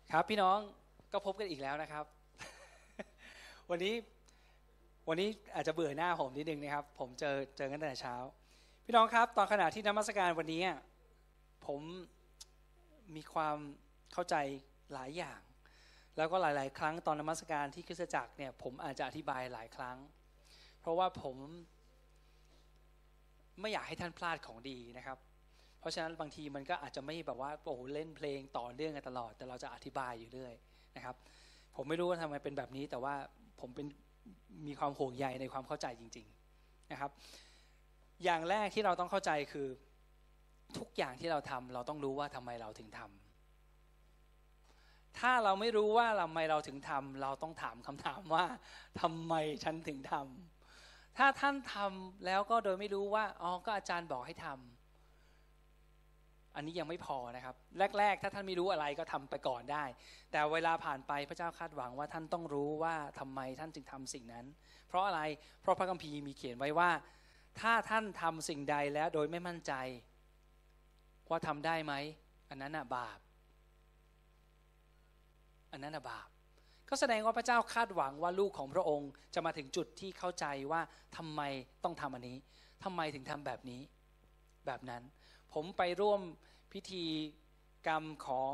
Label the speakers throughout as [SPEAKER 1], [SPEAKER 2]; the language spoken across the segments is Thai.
[SPEAKER 1] ครับพี่น้องก็พบกันอีกแล้วนะครับ วันนี้อาจจะเบื่อหน้าผมนิดนึงนะครับผมเจอกันแต่เช้าพี่น้องครับตอนขณะที่นมัสการวันนี้ผมมีความเข้าใจหลายอย่างแล้วก็หลายๆครั้งตอนนมัสการที่คริสตจักรเนี่ยผมอาจจะอธิบายหลายครั้งเพราะว่าผมไม่อยากให้ท่านพลาดของดีนะครับเพราะฉะนั้นบางทีมันก็อาจจะไม่แบบว่าโอ้โหเล่นเพลงต่อเนื่องกันตลอดแต่เราจะอธิบายอยู่เรื่อยนะครับผมไม่รู้ว่าทำไมเป็นแบบนี้แต่ว่าผมมีความห่วงใยในความเข้าใจจริงๆนะครับอย่างแรกที่เราต้องเข้าใจคือทุกอย่างที่เราทำเราต้องรู้ว่าทำไมเราถึงทำถ้าเราไม่รู้ว่าทำไมเราถึงทำเราต้องถามคำถามว่าทำไมฉันถึงทำถ้าท่านทำแล้วก็โดยไม่รู้ว่าอ๋อก็อาจารย์บอกให้ทำอันนี้ยังไม่พอนะครับแรกๆถ้าท่านไม่รู้อะไรก็ทำไปก่อนได้แต่เวลาผ่านไปพระเจ้าคาดหวังว่าท่านต้องรู้ว่าทำไมท่านจึงทำสิ่งนั้นเพราะอะไรเพราะพระคัมภีร์มีเขียนไว้ว่าถ้าท่านทำสิ่งใดแล้วโดยไม่มั่นใจว่าทำได้ไหมอันนั้นบาปอันนั้นบาปก็แสดงว่าพระเจ้าคาดหวังว่าลูกของพระองค์จะมาถึงจุดที่เข้าใจว่าทำไมต้องทำอันนี้ทำไมถึงทำแบบนี้แบบนั้นผมไปร่วมพิธีกรรมของ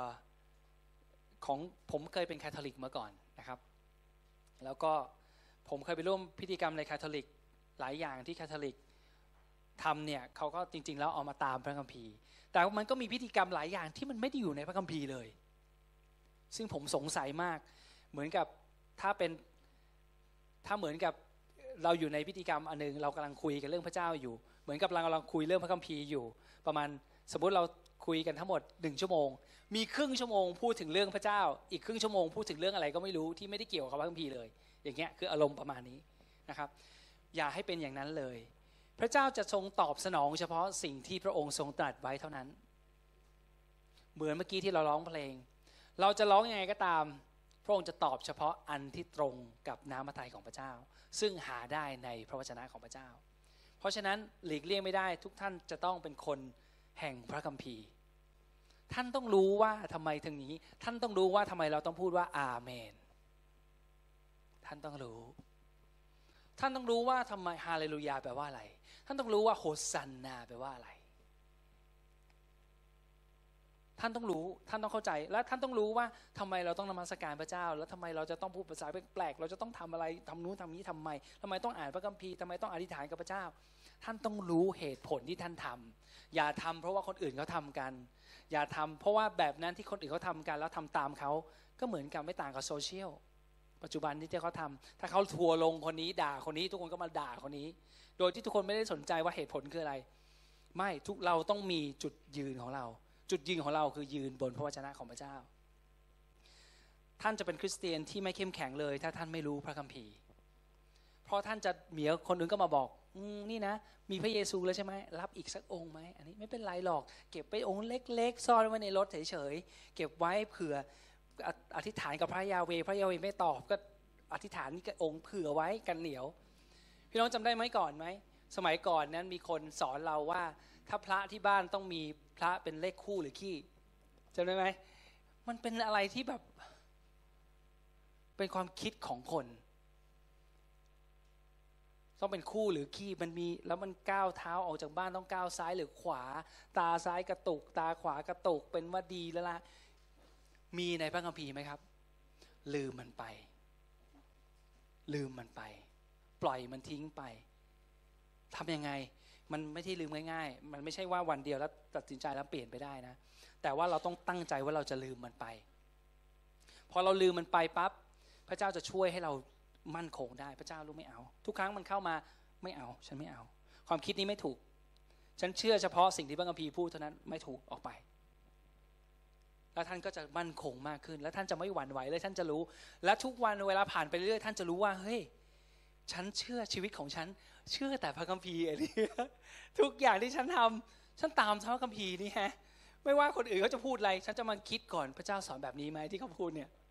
[SPEAKER 1] ผมเคยเป็นคาทอลิกมาก่อนนะครับแล้วก็ผมเคยไปร่วมพิธีกรรมในคาทอลิกหลายอย่างที่คาทอลิกทำเนี่ยเขาก็จริงๆแล้วเอามาตามพระคัมภีร์แต่มันก็มีพิธีกรรมหลายอย่างที่มันไม่ได้อยู่ในพระคัมภีร์เลยซึ่งผมสงสัยมากเหมือนกับถ้าเหมือนกับเราอยู่ในพิธีกรรมอันนึงเรากำลังคุยกันเรื่องพระเจ้าอยู่เหมือนกับเรากำลังคุยเรื่องพระคัมภีร์อยู่ประมาณสมมุติเราคุยกันทั้งหมด1 ชั่วโมงมีครึ่งชั่วโมงพูดถึงเรื่องพระเจ้าอีกครึ่งชั่วโมงพูดถึงเรื่องอะไรก็ไม่รู้ที่ไม่ได้เกี่ยวกับพระคัมภีร์เลยอย่างเงี้ยคืออารมณ์ประมาณนี้นะครับอย่าให้เป็นอย่างนั้นเลยพระเจ้าจะทรงตอบสนองเฉพาะสิ่งที่พระองค์ทรงตรัสไว้เท่านั้นเหมือนเมื่อกี้ที่เราร้องเพลงเราจะร้องยังไงก็ตามพระองค์จะตอบเฉพาะอันที่ตรงกับน้ำพระทัยของพระเจ้าซึ่งหาได้ในพระวจนะของพระเจ้าเพราะฉะนั้นหลีกเลี่ยงไม่ได้ทุกท่านจะต้องเป็นคนแห่งพระคัมภีร์ท่านต้องรู้ว่าทำไมถึงนี้ท่านต้องรู้ว่าทำไมเราต้องพูดว่าอาเมนท่านต้องรู้ท่านต้องรู้ว่าทำไมฮาเลลูยาแปลว่าอะไรท่านต้องรู้ว่าโฮซันนาแปลว่าอะไรท่านต้องรู้ท่านต้องเข้าใจและท่านต้องรู้ว่าทำไมเราต้องนมัสการพระเจ้าแล้วทำไมเราจะต้องพูดภาษาแปลกๆเราจะต้องทำอะไรทำนู้นทำนี้ทำไมต้องอ่านพระคัมภีร์ทำไมต้องอธิษฐานกับพระเจ้าท่านต้องรู้เหตุผลที่ท่านทำอย่าทำเพราะว่าคนอื่นเขาทำกันอย่าทำเพราะว่าแบบนั้นที่คนอื่นเขาทำกันแล้วทำตามเขาก็เหมือนกันไม่ต่างกับโซเชียลปัจจุบันที่เขาทำถ้าเขาทัวร์ลงคนนี้ด่าคนนี้ทุกคนก็มาด่าคนนี้โดยที่ทุกคนไม่ได้สนใจว่าเหตุผลคืออะไรไม่ทุกเราต้องมีจุดยืนของเราจุดยืนของเราคือยืนบนพระวจนะของพระเจ้าท่านจะเป็นคริสเตียนที่ไม่เข้มแข็งเลยถ้าท่านไม่รู้พระคัมภีร์เพราะท่านจะมีคนอื่นก็มาบอกนี่นะมีพระเยซูแล้วใช่ไหมรับอีกสักองค์ไหมอันนี้ไม่เป็นไรหรอกเก็บไปองค์เล็กๆซ่อนไว้ในรถเฉยๆเก็บไว้เผื่ออธิษฐานกับพระยาเวห์พระยาเวห์ไม่ตอบก็อธิษฐานนี่องค์เผื่อไว้กันเหนียวพี่น้องจำได้ไหมก่อนไหมสมัยก่อนนั้นมีคนสอนเราว่าถ้าพระที่บ้านต้องมีพระเป็นเลขคู่หรือขี้จำได้ไหมมันเป็นอะไรที่แบบเป็นความคิดของคนต้องเป็นคู่หรือขี้มันมีแล้วมันก้าวเท้าออกจากบ้านต้องก้าวซ้ายหรือขวาตาซ้ายกระตุกตาขวากระตุกเป็นว่าดีแล้วล่ะมีในพระคัมภีร์ไหมครับลืมมันไปปล่อยมันทิ้งไปทำยังไงมันไม่ใช่ลืมง่ายๆมันไม่ใช่ว่าวันเดียวแล้วตัดสินใจแล้วเปลี่ยนไปได้นะแต่ว่าเราต้องตั้งใจว่าเราจะลืมมันไปพอเราลืมมันไปปั๊บพระเจ้าจะช่วยให้เรามั่นคงได้พระเจ้ารู้ไม่เอาทุกครั้งมันเข้ามาไม่เอาฉันไม่เอาความคิดนี้ไม่ถูกฉันเชื่อเฉพาะสิ่งที่พระคัมภีร์พูดเท่านั้นไม่ถูกออกไปแล้วท่านก็จะมั่นคงมากขึ้นแล้วท่านจะไม่หวั่นไหวเลยท่านจะรู้และทุกวันเวลาผ่านไปเรื่อยท่านจะรู้ว่าเฮ้ยฉันเชื่อชีวิตของฉันเชื่อแต่พระคัมภีร์อะไรทุกอย่างที่ฉันทำฉันตามพระคัมภีร์นี่ฮะไม่ว่าคนอื่นเขาจะพูดอะไรฉันจะมาคิดก่อนพระเจ้าสอนแบบนี้ไหมที่เขาพูดเนี่ย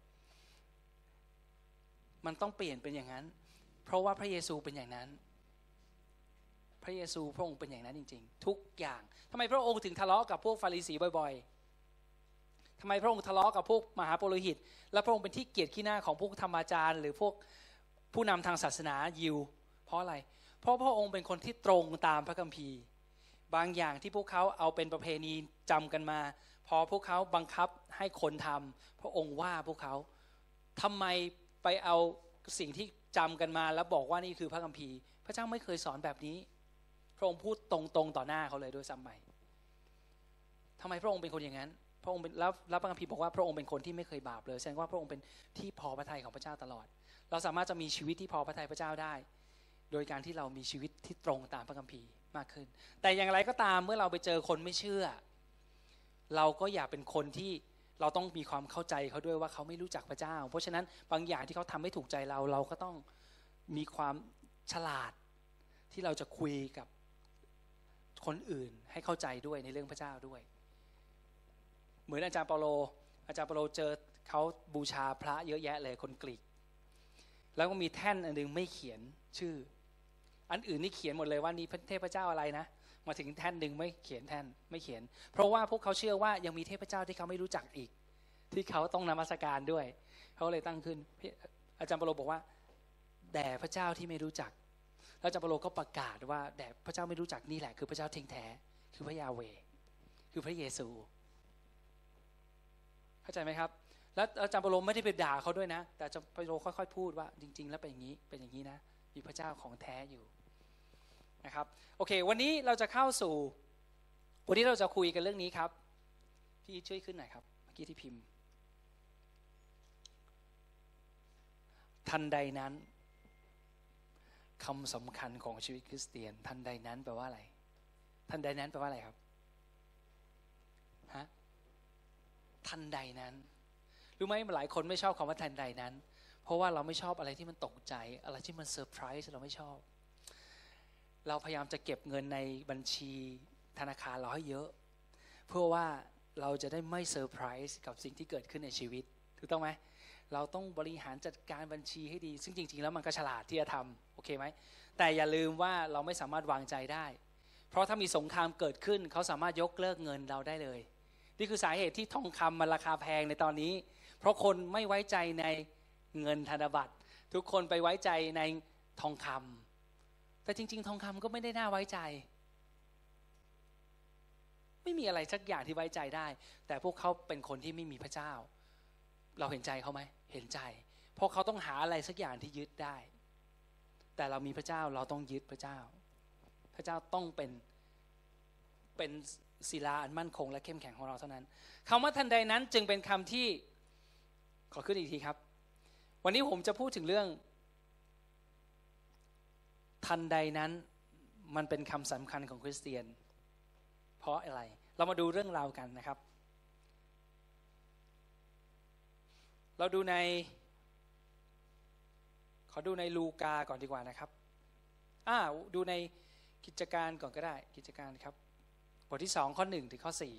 [SPEAKER 1] มันต้องเปลี่ยนเป็นอย่างนั้นเพราะว่าพระเยซูเป็นอย่างนั้นพระเยซูพระองค์เป็นอย่างนั้นจริงๆทุกอย่างทำไมพระองค์ถึงทะเลาะกับพวกฟาริสีบ่อยๆทำไมพระองค์ทะเลาะกับพวกมหาปุโรหิตและพระองค์เป็นที่เกียรติขี้หน้าของพวกธรรมอาจารย์หรือพวกผู้นำทางศาสนายิวเพราะอะไรเพราะพระองค์เป็นคนที่ตรงตามพระคัมภีร์บางอย่างที่พวกเขาเอาเป็นประเพณีจำกันมาพอพวกเขาบังคับให้คนทำพระองค์ว่าพวกเขาทำไมไปเอาสิ่งที่จำกันมาแล้วบอกว่านี่คือพระคัมภีร์พระเจ้าไม่เคยสอนแบบนี้พระองค์พูดตรงๆต่อหน้าเขาเลยด้วยซ้ำไปทำไมพระองค์เป็นคนอย่างนั้นพระองค์เป็นแล้วพระคัมภีร์บอกว่าพระองค์เป็นคนที่ไม่เคยบาปเลยแสดงว่าพระองค์เป็นที่พอพระทัยของพระเจ้าตลอดเราสามารถจะมีชีวิตที่พอพระทัยพระเจ้าได้โดยการที่เรามีชีวิตที่ตรงตามพระคัมภีร์มากขึ้นแต่อย่างไรก็ตามเมื่อเราไปเจอคนไม่เชื่อเราก็อย่าเป็นคนที่เราต้องมีความเข้าใจเขาด้วยว่าเขาไม่รู้จักพระเจ้าเพราะฉะนั้นบางอย่างที่เขาทำไม่ถูกใจเราก็ต้องมีความฉลาดที่เราจะคุยกับคนอื่นให้เข้าใจด้วยในเรื่องพระเจ้าด้วยเหมือนอาจารย์เปาโลเจอเขาบูชาพระเยอะแยะเลยคนกรีกแล้วก็มีแท่นอันนึงไม่เขียนชื่ออันอื่นนี่เขียนหมดเลยว่านี่เทพเจ้าอะไรนะมาถึงแท่นหนึ่งไม่เขียนแท่นไม่เขียนเพราะว่าพวกเขาเชื่อว่ายังมีเทพเจ้าที่เขาไม่รู้จักอีกที่เขาต้องนมัสการด้วยเขาเลยตั้งขึ้นอาจารย์เปาโลบอกว่าแด่พระเจ้าที่ไม่รู้จักแล้วอาจารย์เปาโลก็ประกาศว่าแด่พระเจ้าไม่รู้จักนี่แหละคือพระเจ้าเที่ยงแท้คือพระยาเวห์คือพระเยซูเข้าใจไหมครับแล้วอาจารย์เปาโลไม่ได้ไปด่าเขาด้วยนะแต่อาจารย์เปาโลค่อยๆพูดว่าจริงๆแล้วเป็นอย่างนี้นะมีพระเจ้าของแท้อยู่นะครับโอเควันนี้เราจะเข้าสู่วันนี้เราจะคุยกันเรื่องนี้ครับพี่ช่วยขึ้นหน่อยครับเมื่อกี้ที่พิมพ์ทันใดนั้นคำสำคัญของชีวิตคริสเตียนทันใดนั้นแปลว่าอะไรทันใดนั้นแปลว่าอะไรครับฮะทันใดนั้นรู้ไหมหลายคนไม่ชอบคำว่าทันใดนั้นเพราะว่าเราไม่ชอบอะไรที่มันตกใจอะไรที่มันเซอร์ไพรส์เราไม่ชอบเราพยายามจะเก็บเงินในบัญชีธนาคารเราให้เยอะเพื่อว่าเราจะได้ไม่เซอร์ไพรส์กับสิ่งที่เกิดขึ้นในชีวิตถูกต้องไหมเราต้องบริหารจัดการบัญชีให้ดีซึ่งจริงๆแล้วมันก็ฉลาดที่จะทำโอเคไหมแต่อย่าลืมว่าเราไม่สามารถวางใจได้เพราะถ้ามีสงครามเกิดขึ้นเขาสามารถยกเลิกเงินเราได้เลยนี่คือสาเหตุที่ทองคำมันราคาแพงในตอนนี้เพราะคนไม่ไว้ใจในเงินธนบัตรทุกคนไปไว้ใจในทองคำแต่จริงๆทองคำก็ไม่ได้น่าไว้ใจไม่มีอะไรสักอย่างที่ไว้ใจได้แต่พวกเขาเป็นคนที่ไม่มีพระเจ้าเราเห็นใจเขาไหมเห็นใจเพราะเขาต้องหาอะไรสักอย่างที่ยึดได้แต่เรามีพระเจ้าเราต้องยึดพระเจ้าพระเจ้าต้องเป็นศิลาอันมั่นคงและเข้มแข็งของเราเท่านั้นคำว่าทันใดนั้นจึงเป็นคำที่ขอขึ้นอีกทีครับวันนี้ผมจะพูดถึงเรื่องทันใดนั้นมันเป็นคำสำคัญของคริสเตียนเพราะอะไรเรามาดูเรื่องราวกันนะครับเราดูในขอดูในลูกาก่อนดีกว่านะครับดูในกิจการก่อนก็ได้กิจการครับบทที่2ข้อ1ถึงข้อ4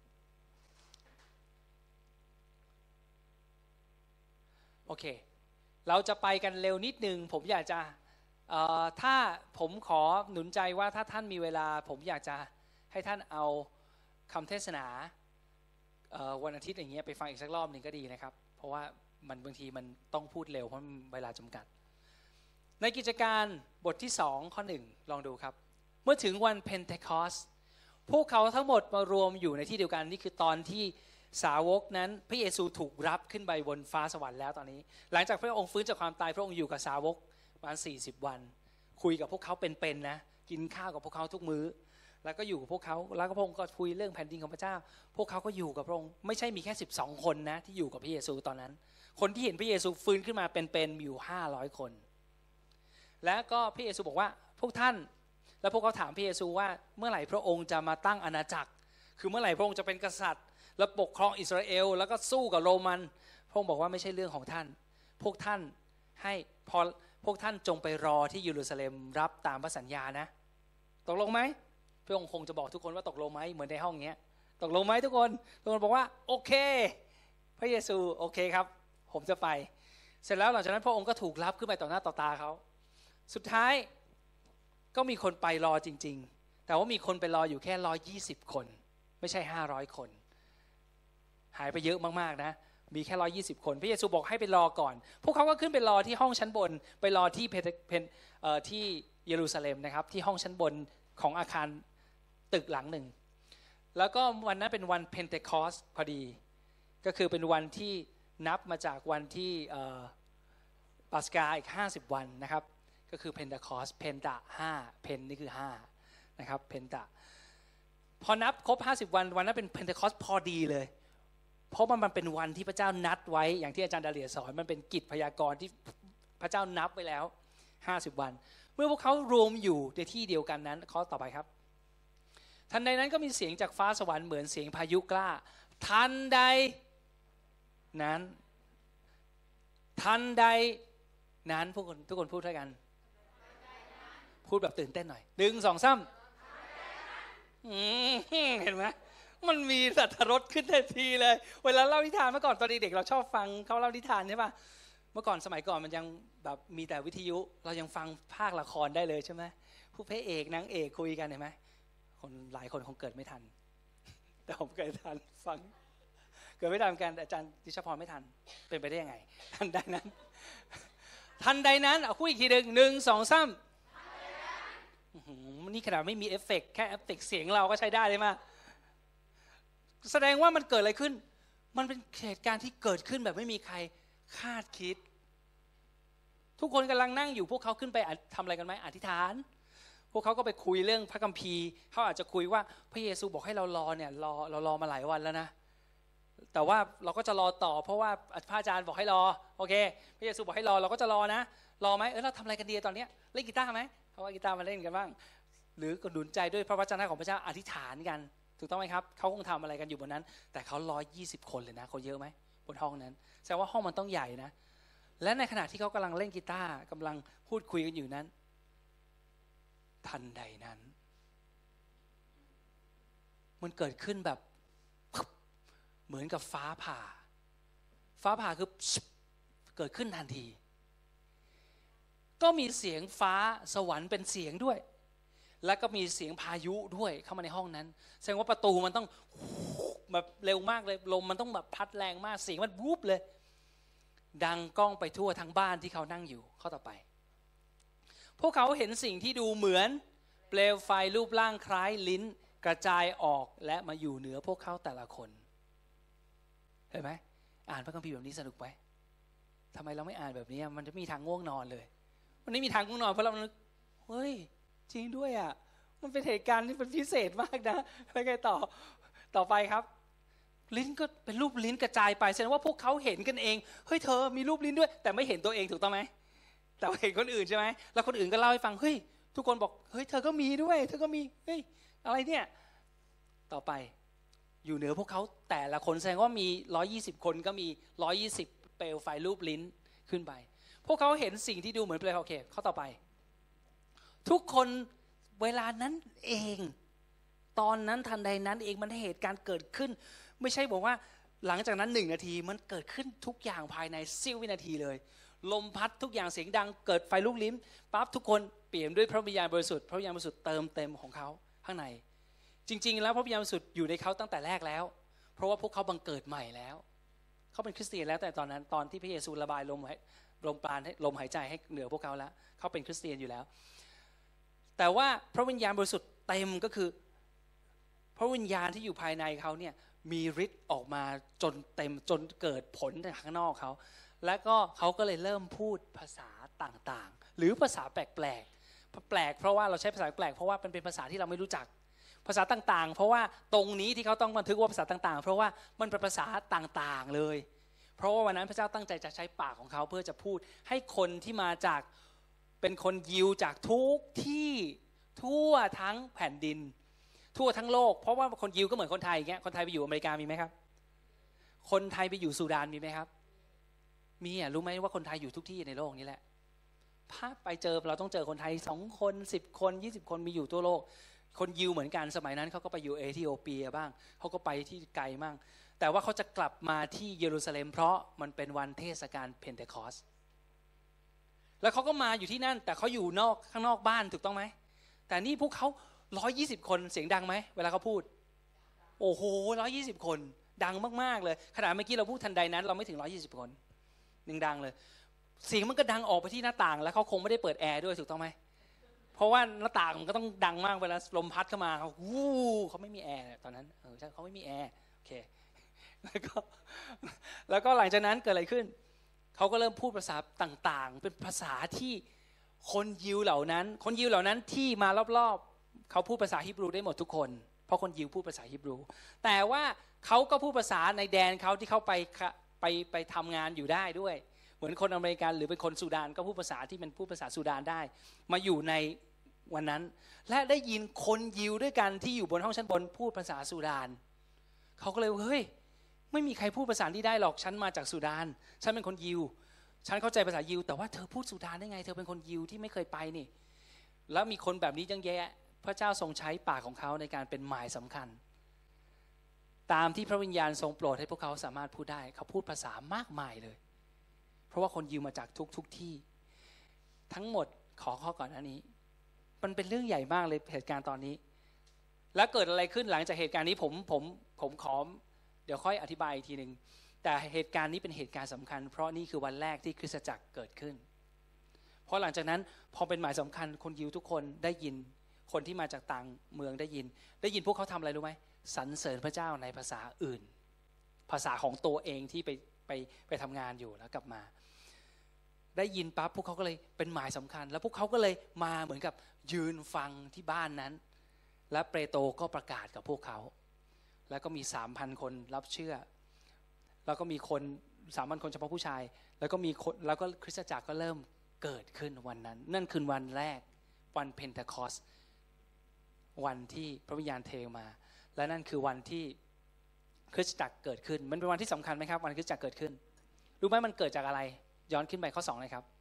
[SPEAKER 1] โอเคเราจะไปกันเร็วนิดนึงผมอยากจะถ้าผมขอหนุนใจว่าถ้าท่านมีเวลาผมอยากจะให้ท่านเอาคำเทศนาวันอาทิตย์อย่างเงี้ยไปฟังอีกสักรอบหนึ่งก็ดีนะครับเพราะว่ามันบางทีมันต้องพูดเร็วเพราะเวลาจำกัดในกิจการบทที่2ข้อ1ลองดูครับเมื่อถึงวันเพนเทคอสพวกเขาทั้งหมดมารวมอยู่ในที่เดียวกันนี่คือตอนที่สาวกนั้นพระเยซูถูกรับขึ้นไปบนฟ้าสวรรค์แล้วตอนนี้หลังจากพระองค์ฟื้นจากความตายพระองค์อยู่กับสาวกประมาณ40วันคุยกับพวกเขาเป็นๆนะกินข้าวกับพวกเขาทุกมื้อแล้วก็อยู่กับพวกเขาแล้วก็พระองค์ก็คุยเรื่องแผ่นดินของพระเจ้าพวกเขาก็อยู่กับพระองค์ไม่ใช่มีแค่12คนนะที่อยู่กับพระเยซูตอนนั้นคนที่เห็นพระเยซูฟื้นขึ้นมาเป็นๆอยู่500คนและก็พระเยซูบอกว่าพวกท่านแล้วพวกเขาถามพระเยซูว่าเมื่อไหร่พระองค์จะมาตั้งอาณาจักรคือเมื่อไหร่พระองค์จะเป็นกษัตริย์และปกครองอิสราเอลแล้วก็สู้กับโรมันพระองค์บอกว่าไม่ใช่เรื่องของท่านพวกท่านให้พวกท่านจงไปรอที่เยรูซาเล็มรับตามพระสัญญานะตกลงไหมพระองค์คงจะบอกทุกคนว่าตกลงไหมเหมือนในห้องเนี้ยตกลงไหมทุกคนบอกว่าโอเคพระเยซูโอเคครับผมจะไปเสร็จแล้วหลังจากนั้นพระองค์ก็ถูกรับขึ้นไปต่อหน้าต่อตาเขาสุดท้ายก็มีคนไปรอจริงๆแต่ว่ามีคนไปรออยู่แค่120คนไม่ใช่500คนหายไปเยอะมากๆนะมีแค่120 คนพระเยซูบอกให้ไปรอก่อนพวกเขาก็ขึ้นไปรอที่ห้องชั้นบนไปรอที่ที่เยรูซาเล็มนะครับที่ห้องชั้นบนของอาคารตึกหลังหนึ่งแล้วก็วันนั้นเป็นวันเพนเทคอสพอดีก็คือเป็นวันที่นับมาจากวันที่ปัสกาอีก50 วันนะครับก็คือเพนเทคอสเพนตะ5เพนนี่คือ5นะครับเพนตะพอนับครบ50 วันวันนั้นเป็นเพนเทคอสพอดีเลยเพราะมันเป็นวันที่พระเจ้านัดไว้อย่างที่อาจารย์ดาเลียสอนมันเป็นกิจพยากรณ์ที่พระเจ้านับไว้แล้ว50 วันเมื่อพวกเขารวมอยู่ในที่เดียวกันนั้นข้อต่อไปครับทันใดนั้นก็มีเสียงจากฟ้าสวรรค์เหมือนเสียงพายุกล้าทันใดนั้นทุกคนพูดด้วยกันพูดแบบตื่นเต้นหน่อย1 2 3เห็นไหมมันมีศรัทธารสขึ้นทันทีเลยเวลาเล่านิทานเมื่อก่อนตอนเด็กๆเราชอบฟังเขาเล่านิทานใช่ป่ะเมื่อก่อนสมัยก่อนมันยังแบบมีแต่วิทยุเรายังฟังภาคละครได้เลยใช่ไหมผู้พระเอกนางเอกคุยกันเห็นไหมคนหลายคนคงเกิดไม่ทันแต่ผมเกิดทันฟังเกิดไม่ทันกันอาจารย์ดิชพรไม่ทันเป็นไปได้ยังไงทันใดนั้นเอาคุยอีกทีหนึ่ง1 2 3นี่ขนาดไม่มีเอฟเฟกต์แค่เอฟเฟกต์เสียงเราก็ใช้ได้เลยมั้ยแสดงว่ามันเกิดอะไรขึ้นมันเป็นเหตุการณ์ที่เกิดขึ้นแบบไม่มีใครคาดคิดทุกคนกำลังนั่งอยู่พวกเขาขึ้นไปทำอะไรกันไหมอธิษฐานพวกเขาก็ไปคุยเรื่องพระคัมภีร์เขาอาจจะคุยว่าพระเยซูบอกให้เรารอเนี่ยเรารอมาหลายวันแล้วนะแต่ว่าเราก็จะรอต่อเพราะว่าพระอาจารย์บอกให้รอโอเคพระเยซูบอกให้รอเราก็จะรอนะรอไหมเราทำอะไรกันดีตอนนี้เล่นกีตาร์ไหมเขาว่ากีตาร์มาเล่นกันบ้างหรือก็หนุนใจด้วยพระวจนะของพระเจ้าอธิษฐานกันถูกต้องไหมครับเขาคงทำอะไรกันอยู่บนนั้นแต่เขา120 คนเลยนะเขาเยอะไหมบนห้องนั้นแสดงว่าห้องมันต้องใหญ่นะและในขณะที่เขากำลังเล่นกีตาร์กำลังพูดคุยกันอยู่นั้นทันใดนั้นมันเกิดขึ้นแบบเหมือนกับฟ้าผ่าคือเกิดขึ้นทันทีก็มีเสียงฟ้าสวรรค์เป็นเสียงด้วยแล้วก็มีเสียงพายุด้วยเข้ามาในห้องนั้นแสดงว่าประตูมันต้องแบบเร็วมากเลยลมมันต้องแบบพัดแรงมากเสียงมันวูบเลยดังก้องไปทั่วทั้งบ้านที่เขานั่งอยู่ข้อต่อไปพวกเขาเห็นสิ่งที่ดูเหมือนเปลวไฟรูปร่างคล้ายลิ้นกระจายออกและมาอยู่เหนือพวกเขาแต่ละคนเห็นไหมอ่านพระคัมภีร์แบบนี้สนุกไหมทำไมเราไม่อ่านแบบนี้มันจะมีทางง่วงนอนเลยมันไม่มีทางง่วงนอนเพราะเรานึกเฮ้ยจริงด้วยอ่ะมันเป็นเหตุการณ์ที่เป็นพิเศษมากนะแล้วไงต่อไปครับลิ้นก็เป็นรูปลิ้นกระจายไปแสดงว่าพวกเขาเห็นกันเองเฮ้ยเธอมีรูปลิ้นด้วยแต่ไม่เห็นตัวเองถูกต้องไหมแต่เห็นคนอื่นใช่ไหมแล้วคนอื่นก็เล่าให้ฟังเฮ้ยทุกคนบอกเฮ้ยเธอก็มีด้วยเธอก็มีเฮ้ยอะไรเนี่ยต่อไปอยู่เหนือพวกเขาแต่ละคนแสดงว่ามี120 คนก็มี120เปลวไฟรูปลิ้นขึ้นไปพวกเขาเห็นสิ่งที่ดูเหมือนเปลวโอเคข้อต่อไปทุกคนเวลานั้นเองตอนนั้นทันใดนั้นเองมันเหตุการณ์เกิดขึ้นไม่ใช่บอกว่าหลังจากนั้น1 นาทีมันเกิดขึ้นทุกอย่างภายในเสี้ยววินาทีเลยลมพัดทุกอย่างเสียงดังเกิดไฟลุกลิ้มปั๊บทุกคนเปลี่ยนด้วยพระวิญญาณบริสุทธิ์พระวิญญาณบริสุทธิ์เติมเต็มของเขาข้างในจริงๆแล้วพระวิญญาณบริสุทธิ์อยู่ในเขาตั้งแต่แรกแล้วเพราะว่าพวกเขาบังเกิดใหม่แล้วเขาเป็นคริสเตียนแล้วแต่ตอนนั้นตอนที่พระเยซูระบายลมปราณให้ลมหายใจให้เหนือพวกเขาแล้วเขาเป็นคริสเตียนอยู่แล้วแต่ว่าพระวิญญาณบริสุทธิ์เต็มก็คือพระวิญญาณที่อยู่ภายในเขาเนี่ยมีฤทธิ์ออกมาจนเต็มจนเกิดผลจากข้างนอกเขาและก็เขาก็เลยเริ่มพูดภาษาต่างๆหรือภาษาแปลกเพราะว่าเราใช้ภาษาแปลกเพราะว่าเป็นภาษาที่เราไม่รู้จักภาษาต่างๆเพราะว่าตรงนี้ที่เขาต้องบันทึกว่าภาษาต่างๆเพราะว่ามันเป็นภาษาต่างๆเลยเพราะว่าวันนั้นพระเจ้าตั้งใจจะใช้ปากของเขาเพื่อจะพูดให้คนที่มาจากเป็นคนยิวจากทุกที่ทั่วทั้งแผ่นดินทั่วทั้งโลกเพราะว่าคนยิวก็เหมือนคนไทยอย่างเงี้ยคนไทยไปอยู่อเมริกามีไหมครับคนไทยไปอยู่ซูดานมีไหมครับมีอ่ะรู้ไหมว่าคนไทยอยู่ทุกที่ในโลกนี้แหละพาไปเจอเราต้องเจอคนไทย2 คน10 คน20 คนมีอยู่ทั่วโลกคนยิวเหมือนกันสมัยนั้นเขาก็ไปอยู่เอธิโอเปียบ้างเขาก็ไปที่ไกลมั่งแต่ว่าเขาจะกลับมาที่เยรูซาเล็มเพราะมันเป็นวันเทศกาลเพนเทคอสแล้วเขาก็มาอยู่ที่นั่นแต่เขาอยู่ข้างนอกบ้านถูกต้องไหมแต่นี่พวกเขา120 คนเสียงดังไหมเวลาเขาพูดโอ้โห120 คนดังมากๆเลยขนาดเมื่อกี้เราพูดทันใดนั้นเราไม่ถึง120คนดังเลยเสียงมันก็ดังออกไปที่หน้าต่างแล้วเขาคงไม่ได้เปิดแอร์ด้วยถูกต้องไหมเพราะว่าหน้าต่างมันก็ต้องดังมากเวลาลมพัดเข้ามาเขาวู้เขาไม่มีแอร์ตอนนั้นใช่เขาไม่มีแอร์โอเคแล้วก็หลังจากนั้นเกิดอะไรขึ้นเขาก็เริ่มพูดภาษาต่างๆเป็นภาษาที่คนยิวเหล่านั้นที่มารอบๆเขาพูดภาษาฮีบรูได้หมดทุกคนเพราะคนยิวพูดภาษาฮีบรูแต่ว่าเขาก็พูดภาษาในแดนเขาที่เขาไปทำงานอยู่ได้ด้วยเหมือนคนอเมริกันหรือเป็นคนซูดานก็พูดภาษาที่เป็นพูดภาษาซูดานได้มาอยู่ในวันนั้นและได้ยินคนยิวด้วยกันที่อยู่บนห้องชั้นบนพูดภาษาซูดานเขาก็เลยเฮ้ยไม่มีใครพูดภาษาที่ได้หรอกฉันมาจากซูดานฉันเป็นคนยิวฉันเข้าใจภาษายิวแต่ว่าเธอพูดซูดานได้ไงเธอเป็นคนยิวที่ไม่เคยไปนี่แล้วมีคนแบบนี้จังแยะพระเจ้าทรงใช้ปากของเขาในการเป็นหมายสำคัญตามที่พระวิญญาณทรงโปรดให้พวกเขาสามารถพูดได้เขาพูดภาษามากมายเลยเพราะว่าคนยิวมาจากทุกที่ทั้งหมดขอข้อก่อนอันนี้มันเป็นเรื่องใหญ่มากเลยเหตุการณ์ตอนนี้แล้วเกิดอะไรขึ้นหลังจากเหตุการณ์นี้ผมขอเดี๋ยวค่อยอธิบายอีกทีนึงแต่เหตุการณ์นี้เป็นเหตุการณ์สำคัญเพราะนี่คือวันแรกที่คริสตจักรเกิดขึ้นเพราะหลังจากนั้นพอเป็นหมายสำคัญคนยิวทุกคนได้ยินคนที่มาจากต่างเมืองได้ยินพวกเขาทำอะไรรู้ไหมสรรเสริญพระเจ้าในภาษาอื่นภาษาของตัวเองที่ไปทำงานอยู่แล้วกลับมาได้ยินปั๊บพวกเขาก็เลยเป็นหมายสำคัญแล้วพวกเขาก็เลยมาเหมือนกับยืนฟังที่บ้านนั้นและเปโตรก็ประกาศกับพวกเขาแล้วก็มี 3,000 คนรับเชื่อแล้วก็มีคน 3,000 คนเฉพาะผู้ชายแล้วก็คริสตจักรก็เริ่มเกิดขึ้นวันนั้นนั่นคือวันแรกวันเพนเทคอสวันที่พระวิญญาณเทมาและนั่นคือวันที่คริสตจักรเกิดขึ้นมันเป็นวันที่สำคัญไหมครับวันคริสตจักรเกิดขึ้นรู้ไหมมันเกิดจากอะไรย้อนขึ้นไปข้อ2เลยครับ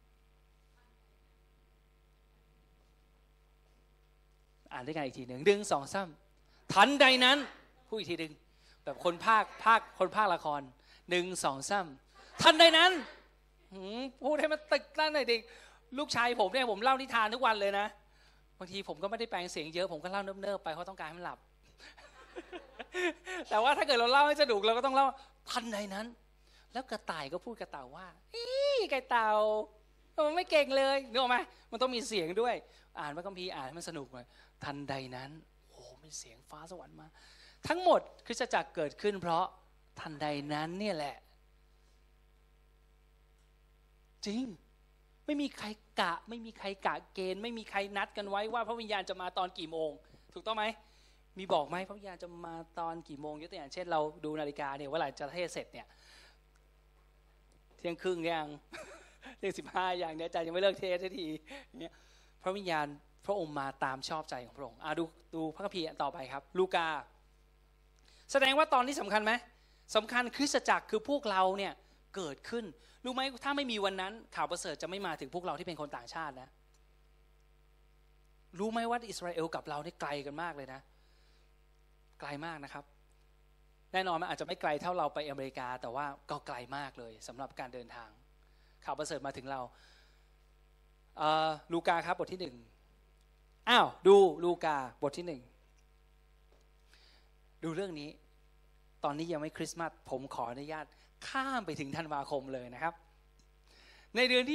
[SPEAKER 1] อ่านด้วยกันอีกทีหนึ่ง1 2 3ทันใดนั้นพูดอีกทีหนึ่งแบบคนภาคละคร1 2 3ทันใดนั้นพูดให้มันตึกตั้งหน่อยดิลูกชายผมเนี่ยผมเล่านิทานทุกวันเลยนะบางทีผมก็ไม่ได้แปลงเสียงเยอะผมก็เล่าเนิบๆไปเพราะต้องการให้มันหลับ แต่ว่าถ้าเกิดเราเล่าให้สนุกเราก็ต้องเล่าทันใดนั้นแล้วกระต่ายก็พูดกระเต่าว่าไก่เต่ามันไม่เก่งเลยนึกออกไหมมันต้องมีเสียงด้วยอ่านพระคัมภีร์อ่านให้มันสนุกหน่อยทันใดนั้นโอ้มีเสียงฟ้าสวรรค์มาทั้งหมดคริสตจักรเกิดขึ้นเพราะทันใดนั้นเนี่ยแหละจริงไม่มีใครกะเกณฑ์ไม่มีใครนัดกันไว้ว่าพระวิญญาณจะมาตอนกี่โมงถูกต้องไหมมีบอกไหมพระวิญญาณจะมาตอนกี่โมงยกตัวอย่างเช่นเราดูนาฬิกาเนี่ยเวลาจะเทศเสร็จเนี่ยเที่ยงครึ่งยังเที่ยง15อย่างเนี่ยอาจารย์ยังไม่เลิกเทศสักทีเนี่ยพระวิญญาณพระองค์มาตามชอบใจของพระองค์ดูพระคัมภีร์ต่อไปครับลูกาแสดงว่าตอนนี้สำคัญไหมสำคัญคริสตจักรคือพวกเราเนี่ยเกิดขึ้นรู้ไหมถ้าไม่มีวันนั้นข่าวประเสริฐจะไม่มาถึงพวกเราที่เป็นคนต่างชาตินะรู้ไหมว่าอิสราเอลกับเราได้ไกลกันมากเลยนะไกลมากนะครับแน่นอนมันอาจจะไม่ไกลเท่าเราไปอเมริกาแต่ว่าก็ไกลมากเลยสำหรับการเดินทางข่าวประเสริฐมาถึงเราลูกาครับบทที่1ดูลูกาบทที่1ดูเรื่องนี้ตอนนี้ยังไม่คริสต์มาสผมขออนุญาตข้ามไปถึงธันวาคมเลยนะครับในเดือนที่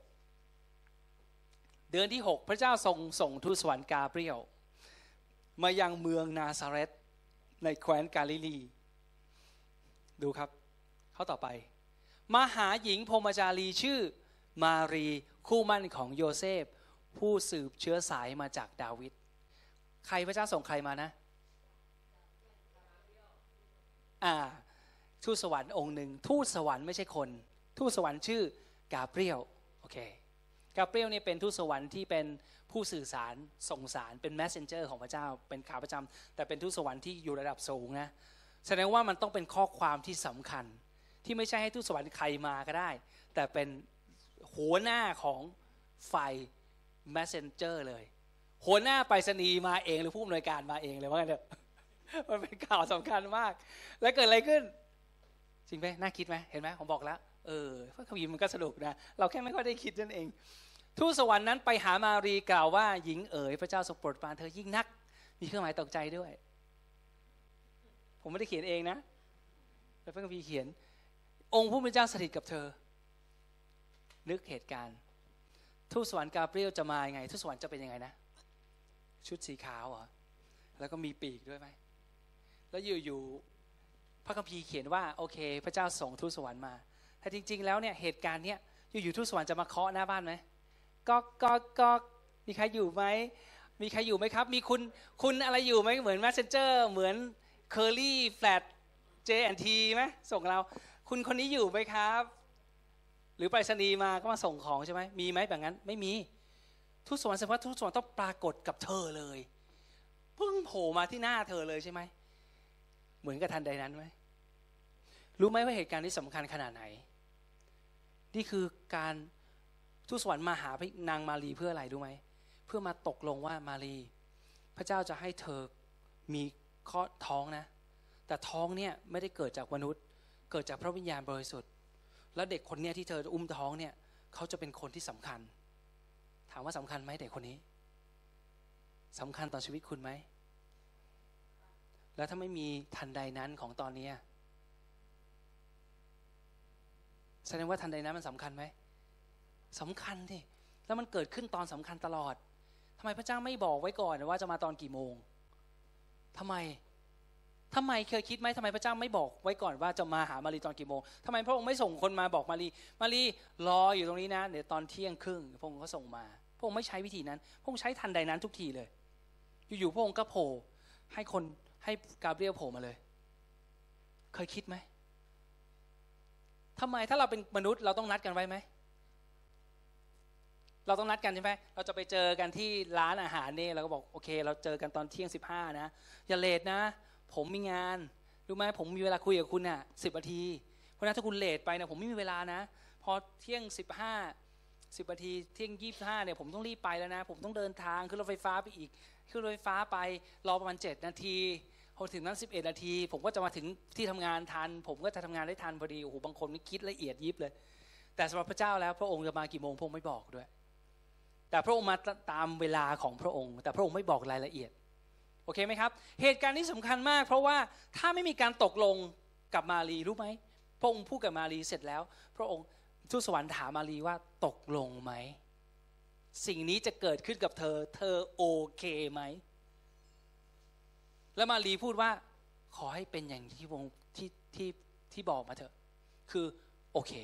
[SPEAKER 1] 6พระเจ้าส่งทูตสวรรค์กาเบรียลมายังเมืองนาซาเรตในแคว้นกาลิลีดูครับข้อต่อไปมาหาหญิงพรหมจารีชื่อมารีคู่มั่นของโยเซฟผู้สืบเชื้อสายมาจากดาวิดใครพระเจ้าส่งใครมานะทูตสวรรค์องค์หนึ่งทูตสวรรค์ไม่ใช่คนทูตสวรรค์ชื่อกาเบรียลโอเคกาเบรียลนี่เป็นทูตสวรรค์ที่เป็นผู้สื่อสารส่งสารเป็น messenger ของพระเจ้าเป็นขาประจำแต่เป็นทูตสวรรค์ที่อยู่ระดับสูงนะแสดงว่ามันต้องเป็นข้อความที่สำคัญที่ไม่ใช่ให้ทูตสวรรค์ใครมาก็ได้แต่เป็นหัวหน้าของฝ่าย messenger เลยหัวหน้าไปรษณีย์มาเองหรือผู้อำนวยการมาเองเลยว่ากันเถอะมันเป็นข่าวสำคัญมากแล้วเกิดอะไรขึ้นจริงไหมน่าคิดไหมเห็นไหมผมบอกแล้วพระคัมภีร์มันก็สนุกนะเราแค่ไม่ค่อยได้คิดนั่นเองทูตสวรรค์นั้นไปหามารีกล่าวว่าหญิงเอ๋ยพระเจ้าทรงโปรดปรานเธอยิ่งนักมีเครื่องหมายตกใจด้วยผมไม่ได้เขียนเองนะแล้วพระคัมภีร์เขียนองค์ผู้เป็นเจ้าสถิตกับเธอนึกเหตุการณ์ทูตสวรรค์กาเบรียลจะมายังไงทูตสวรรค์จะเป็นยังไงนะชุดสีขาวเหรอแล้วก็มีปีกด้วยไหมแล้วอยู่พระคัมภีร์เขียนว่าโอเคพระเจ้าส่งทูตสวรรค์มาแต่จริงๆแล้วเนี่ยเหตุการณ์เนี้ยอยู่ทูตสวรรค์จะมาเคาะหน้าบ้านไหมก็มีใครอยู่ไหมมีใครอยู่ไหมครับมีคุณอะไรอยู่ไหมเหมือน Messenger เหมือน Curly Flat J&T ไหมส่งเราคุณคนนี้อยู่ไหมครับหรือไปรษณีย์มาก็มาส่งของใช่ไหมมีไหมแบบนั้นไม่มีทูตสวรรค์แสดงว่าทูตสวรรค์ต้องปรากฏกับเธอเลยเพิ่งโผล่มาที่หน้าเธอเลยใช่ไหมเหมือนกับทันใดนั้นไหมรู้ไหมว่าเหตุการณ์นี้สำคัญขนาดไหนนี่คือการทูตสวรรค์มาหานางมารีเพื่ออะไรรู้ไหมเพื่อมาตกลงว่ามารีพระเจ้าจะให้เธอมีข้อท้องนะแต่ท้องเนี่ยไม่ได้เกิดจากมนุษย์เกิดจากพระวิญญาณบริสุทธิ์แล้วเด็กคนนี้ที่เธออุ้มท้องเนี่ยเขาจะเป็นคนที่สำคัญถามว่าสำคัญไหมเด็กคนนี้สำคัญต่อชีวิตคุณไหมแล้วถ้าไม่มีทันใดนั้นของตอนนี้แสดงว่าทันใดนั้นมันสำคัญไหมสำคัญดิแล้วมันเกิดขึ้นตอนสำคัญตลอดทำไมพระเจ้าไม่บอกไว้ก่อนว่าจะมาตอนกี่โมงทำไมเคยคิดไหมทำไมพระเจ้าไม่บอกไว้ก่อนว่าจะมาหามารีตอนกี่โมงทำไมพระองค์ไม่ส่งคนมาบอกมารีรออยู่ตรงนี้นะเดี๋ยวตอนเที่ยงครึ่งพระองค์ก็ส่งมาพระองค์ไม่ใช้วิธีนั้นพระองค์ใช้ทันใดนั้นทุกทีเลยอยู่ๆพระองค์ก็โผล่ให้กาเบรียลโผล่มาเลยเคยคิดไหมทำไมถ้าเราเป็นมนุษย์เราต้องนัดกันไว้ไหมเราต้องนัดกันใช่ไหมเราจะไปเจอกันที่ร้านอาหารนี่เราก็บอกโอเคเราเจอกันตอนเที่ยง15นะอย่าเลทนะผมมีงานรู้ไหมผมมีเวลาคุยกับคุณน่ะ10 นาทีเพราะนั้นถ้าคุณเลทไปนะผมไม่มีเวลานะพอเที่ยง10 นาทีเที่ยง25เนี่ยผมต้องรีบไปแล้วนะผมต้องเดินทางขึ้นรถไฟฟ้าไปอีกขึ้นรถไฟฟ้าไปรอประมาณ7 นาทีพอถึงนั้น11 นาทีผมก็จะมาถึงที่ทำงานทันผมก็จะทำงานได้ทันพอดีโอ้โหบางคนนี่คิดละเอียดยิบเลยแต่สำหรับพระเจ้าแล้วพระองค์จะมากี่โมงพระองค์ไม่บอกด้วยแต่พระองค์มาตามเวลาของพระองค์แต่พระองค์ไม่บอกรายละเอียดโอเคไหมครับเหตุการณ์นี้สำคัญมากเพราะว่าถ้าไม่มีการตกลงกับมารีรู้ไหมพระองค์พูดกับมารีเสร็จแล้วพระองค์ทูตสวรรค์ถามมารีว่าตกลงไหมสิ่งนี้จะเกิดขึ้นกับเธอโอเคไหมแล้วมารีพูดว่าขอให้เป็นอย่างที่บอกมาเถอะคือโอเค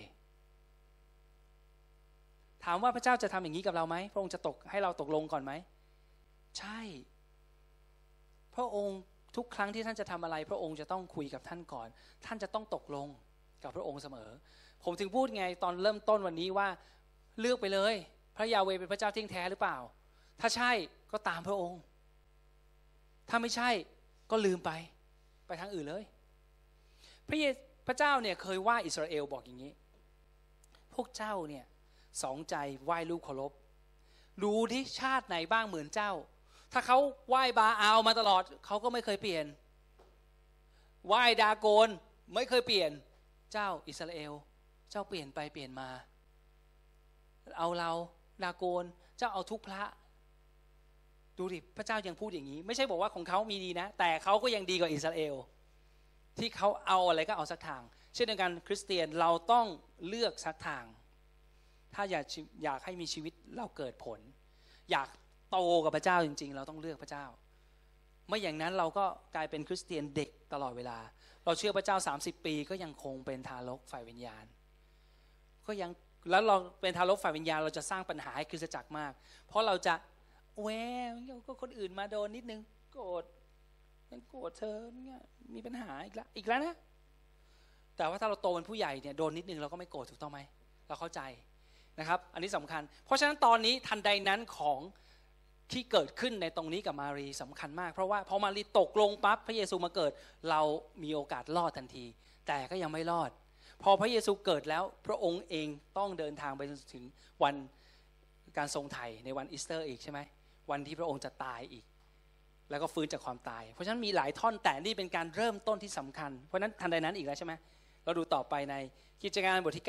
[SPEAKER 1] ถามว่าพระเจ้าจะทำอย่างนี้กับเราไหมพระองค์จะให้เราตกลงก่อนไหมใช่พระองค์ทุกครั้งที่ท่านจะทำอะไรพระองค์จะต้องคุยกับท่านก่อนท่านจะต้องตกลงกับพระองค์เสมอผมถึงพูดไงตอนเริ่มต้นวันนี้ว่าเลือกไปเลยพระยาเวห์เป็นพระเจ้าที่แท้หรือเปล่าถ้าใช่ก็ตามพระองค์ถ้าไม่ใช่ก็ลืมไปทางอื่นเลยพระเจ้าเนี่ยเคยว่าอิสราเอลบอกอย่างนี้พวกเจ้าเนี่ยสองใจไหว้รูปเคารพดูที่ชาติไหนบ้างเหมือนเจ้าถ้าเขาไหว้บาอาลมาตลอดเขาก็ไม่เคยเปลี่ยนไหว้ดาโกนไม่เคยเปลี่ยนเจ้าอิสราเอลเจ้าเปลี่ยนไปเปลี่ยนมาเอาเราดาโกนเจ้าเอาทุกพระดูดิพระเจ้ายังพูดอย่างนี้ไม่ใช่บอกว่าของเขามีดีนะแต่เขาก็ยังดีกว่าอิสราเอลที่เขาเอาอะไรก็เอาสักทางเช่นเดียวกันคริสเตียนเราต้องเลือกสักทางถ้าอยากให้มีชีวิตเราเกิดผลอยากโตกับพระเจ้าจริงๆเราต้องเลือกพระเจ้าไม่อย่างนั้นเราก็กลายเป็นคริสเตียนเด็กตลอดเวลาเราเชื่อพระเจ้า30 ปีก็ยังคงเป็นทารกฝ่ายวิญญาณก็ยังแล้วเราเป็นทารกฝ่ายวิญญาณเราจะสร้างปัญหาให้คริสตจักรมากเพราะเราจะก็คนอื่นมาโดนนิดนึงโกรธเธอเนี่ยมีปัญหาอีกแล้วนะแต่ว่าถ้าเราโตเป็นผู้ใหญ่เนี่ยโดนนิดนึงเราก็ไม่โกรธถูกต้องไหมเราเข้าใจนะครับอันนี้สำคัญเพราะฉะนั้นตอนนี้ทันใดนั้นของที่เกิดขึ้นในตรงนี้กับมารีสำคัญมากเพราะว่าพอมารีตกลงปั๊บพระเยซูมาเกิดเรามีโอกาสรอดทันทีแต่ก็ยังไม่รอดพอพระเยซูเกิดแล้วพระองค์เองต้องเดินทางไปถึงวันการทรงไถ่ในวันอีสเตอร์อีกใช่ไหมวันที่พระองค์จะตายอีกแล้วก็ฟื้นจากความตายเพราะฉะนั้นมีหลายท่อนแต่นี่เป็นการเริ่มต้นที่สำคัญเพราะนั้นทันใดนั้นอีกแล้วใช่ไหมเราดูต่อไปในกิจการบทที่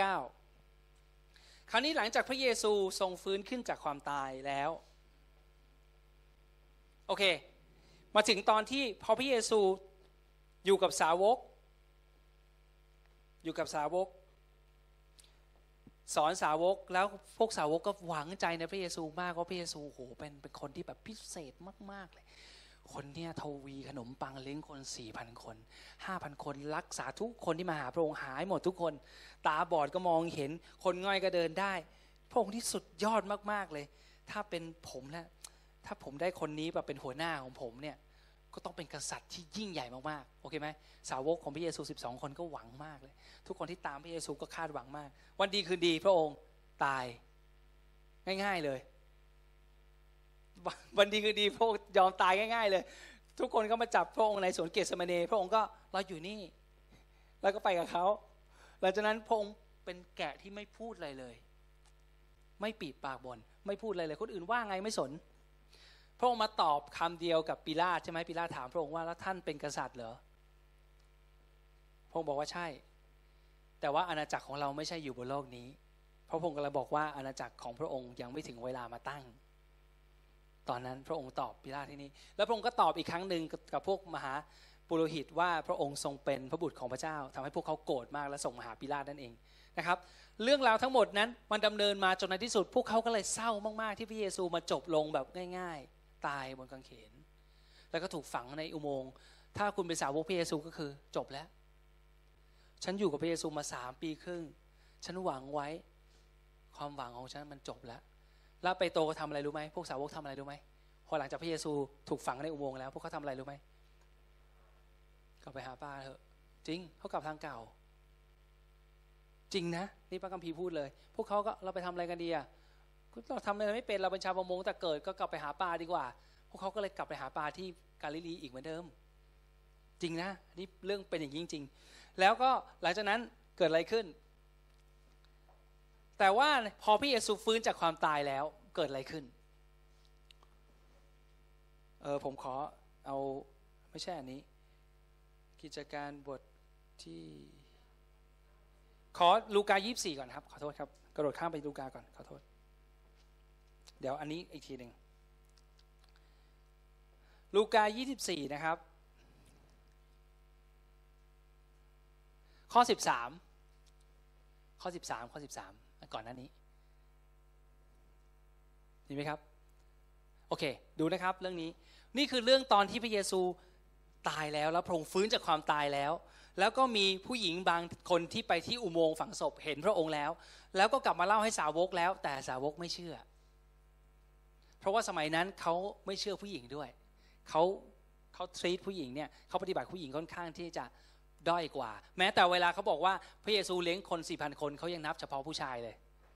[SPEAKER 1] 9คราวนี้หลังจากพระเยซูทรงฟื้นขึ้นจากความตายแล้วโอเคมาถึงตอนที่พอพระเยซูอยู่กับสาวกอยู่กับสาวกสอนสาวกแล้วพวกสาวกก็หวังใจในพระเยซูมากว่าพระเยซูโหเป็นคนที่แบบพิเศษมากๆเลยคนเนี่ยทวีขนมปังเลี้ยงคน 4,000 คน 5,000 คนรักษาทุกคนที่มาหาพระองค์หายหมดทุกคนตาบอดก็มองเห็นคนง่อยก็เดินได้พระองค์ที่สุดยอดมากๆเลยถ้าเป็นผมนะถ้าผมได้คนนี้แบบเป็นหัวหน้าของผมเนี่ยก็ต้องเป็นกษัตริย์ที่ยิ่งใหญ่มากๆโอเคไหมสาวกของพระเยซู12 คนก็หวังมากเลยทุกคนที่ตามพระเยซูก็คาดหวังมากวันดีคืนดีพระองค์ตายง่ายๆเลยวันดีคืนดีพระองค์ยอมตายง่ายๆเลยทุกคนก็มาจับพระองค์ในสวนเกสเมเนพระองค์ก็เราอยู่นี่แล้วก็ไปกับเขาหลังจากนั้นพระองค์เป็นแกะที่ไม่พูดอะไรเลยไม่ปีบปากบ่นไม่พูดอะไรเลยคนอื่นว่าไงไม่สนพระองค์มาตอบคำเดียวกับปิลาตใช่ไหมปิลาตถามพระองค์ว่าแล้วท่านเป็นกษัตริย์เหรอพระองค์บอกว่าใช่แต่ว่าอาณาจักรของเราไม่ใช่อยู่บนโลกนี้เพราะพระองค์กำลังบอกว่าอาณาจักรของพระองค์ยังไม่ถึงเวลามาตั้งตอนนั้นพระองค์ตอบปิลาตที่นี่แล้วพระองค์ก็ตอบอีกครั้งหนึ่งกับพวกมหาปุโรหิตว่าพระองค์ทรงเป็นพระบุตรของพระเจ้าทำให้พวกเขาโกรธมากและส่งมาหาปิลาตนั่นเองนะครับเรื่องราวทั้งหมดนั้นมันดำเนินมาจนในที่สุดพวกเขาก็เลยเศร้ามากๆที่พระเยซูมาจบลงแบบง่ายๆตายบนกางเขนแล้วก็ถูกฝังในอุโมงค์ถ้าคุณเป็นสาวกพระเยซูก็คือจบแล้วฉันอยู่กับพระเยซูมา3 ปีครึ่งฉันหวังไว้ความหวังของฉันมันจบแล้วเปโตรก็ทำอะไรรู้ไหมพวกสาวกทำอะไรรู้ไหมพอหลังจากพระเยซูถูกฝังในอุโมงค์แล้วพวกเขาทำอะไรรู้ไหมกลับไปหาป้าเถอะจริงเขากลับทางเก่าจริงนะนี่พระคัมภีร์พูดเลยพวกเขาก็เราไปทำอะไรกันดีอ่ะเราทำอะไรไม่เป็นเราเป็นชาวประมงแต่เกิดก็กลับไปหาปลาดีกว่าพวกเขาก็เลยกลับไปหาปลาที่กาลิลีอีกเหมือนเดิมจริงนะนี่เรื่องเป็นอย่างนี้จริงๆแล้วก็หลังจากนั้นเกิดอะไรขึ้นแต่ว่าพอพระเยซูฟื้นจากความตายแล้วเกิดอะไรขึ้นผมขอเอาไม่ใช่อันนี้กิจการบทที่ขอลูกา24ก่อนครับขอโทษครับกระโดดข้ามไปลูกาก่อนขอโทษเดี๋ยวอันนี้อีกทีหนึ่งลูกา24นะครับข้อ13ข้อ13ก่อนหน้านี้เห็นไหมครับโอเคดูนะครับเรื่องนี้นี่คือเรื่องตอนที่พระเยซูตายแล้วพระองค์ฟื้นจากความตายแล้วก็มีผู้หญิงบางคนที่ไปที่อุโมงค์ฝังศพเห็นพระองค์แล้วก็กลับมาเล่าให้สาวกแล้วแต่สาวกไม่เชื่อเพราะว่าสมัยนั้นเขาไม่เชื่อผู้หญิงด้วยเขาทรีตผู้หญิงเนี่ยเขาปฏิบัติผู้หญิงค่อนข้างที่จะด้อยกว่าแม้แต่เวลาเขาบอกว่าพระเยซูเลี้ยงคน 4,000 คนเขายังนับเฉพาะผู้ชายเลย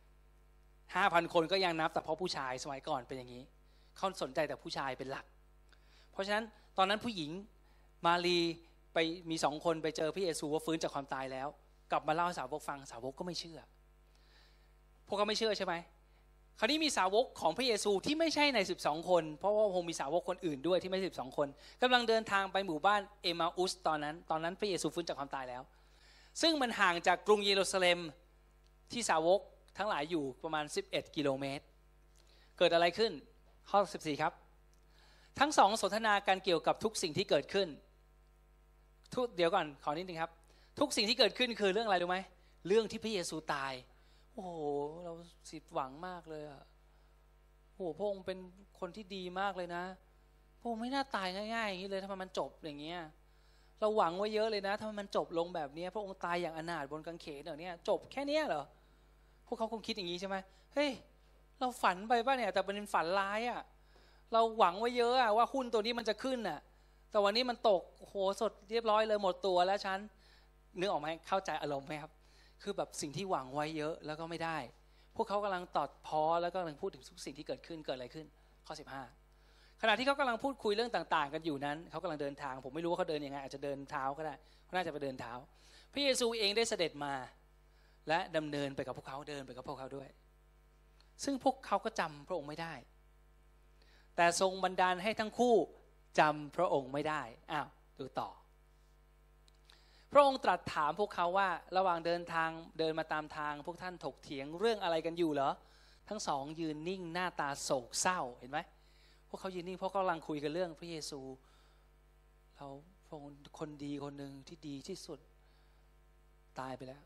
[SPEAKER 1] 5,000 คนก็ยังนับแต่เฉพาะผู้ชายสมัยก่อนเป็นอย่างนี้เขาสนใจแต่ผู้ชายเป็นหลักเพราะฉะนั้นตอนนั้นผู้หญิงมารีไปมี2 คนไปเจอพระเยซูว่าฟื้นจากความตายแล้วกลับมาเล่าให้สาวกฟังสาวกก็ไม่เชื่อพวกเขาไม่เชื่อใช่ไหมคราวนี้มีสาวกของพระเยซูที่ไม่ใช่ใน12 คนเพราะว่าคงมีสาวกคนอื่นด้วยที่ไม่ใช่12 คนกำลังเดินทางไปหมู่บ้านเอมาอุสตอนนั้นพระเยซูฟื้นจากความตายแล้วซึ่งมันห่างจากกรุงเยรูซาเล็มที่สาวกทั้งหลายอยู่ประมาณ11 กิโลเมตรเกิดอะไรขึ้นข้อ14ครับทั้งสองสนทนากันเกี่ยวกับทุกสิ่งที่เกิดขึ้นเดี๋ยวก่อนขอนิดนึงครับทุกสิ่งที่เกิดขึ้นคือเรื่องอะไรรู้ไหมเรื่องที่พระเยซูตายโอ้โหเราสิหวังมากเลยอ่ะโอ้โหพระองค์เป็นคนที่ดีมากเลยนะพระองค์ไม่น่าตายง่ายๆอย่างนี้เลยทำไมมันจบอย่างเงี้ยเราหวังไว้เยอะเลยนะทำไมมันจบลงแบบนี้พระองค์ตายอย่างอนาถบนกางเขนเนี่ยจบแค่นี้เหรอพวกเขาคงคิดอย่างนี้ใช่ไหมเฮ้ยเราฝันไปป่ะเนี่ยแต่เป็นฝันร้ายอ่ะเราหวังไว้เยอะอ่ะว่าหุ้นตัวนี้มันจะขึ้นอ่ะแต่วันนี้มันตกโหสดเรียบร้อยเลยหมดตัวแล้วฉันนึกออกไหมเข้าใจอารมณ์ไหมครับคือแบบสิ่งที่หวังไว้เยอะแล้วก็ไม่ได้พวกเขากำลังตัดพ้อแล้วก็กำลังพูดถึงทุกสิ่งที่เกิดขึ้นเกิดอะไรขึ้นข้อ15ขณะที่เขากำลังพูดคุยเรื่องต่างๆกันอยู่นั้นเขากำลังเดินทางผมไม่รู้ว่าเขาเดินยังไงอาจจะเดินเท้าก็ได้เขาน่าจะไปเดินเท้าพระเยซูเองได้เสด็จมาและดำเนินไปกับพวกเขาเดินไปกับพวกเขาด้วยซึ่งพวกเขาก็จำพระองค์ไม่ได้แต่ทรงบันดาลให้ทั้งคู่จำพระองค์ไม่ได้อ้าวดูต่อพระองค์ตรัสถามพวกเขาว่าระหว่างเดินมาตามทางพวกท่านถกเถียงเรื่องอะไรกันอยู่เหรอทั้งสองยืนนิ่งหน้าตาโศกเศร้าเห็นไหมพวกเขายืนนิ่งเพราะเขากำลังคุยกันเรื่องพระเยซูเราพระองค์คนดีคนหนึ่งที่ดีที่สุดตายไปแล้ว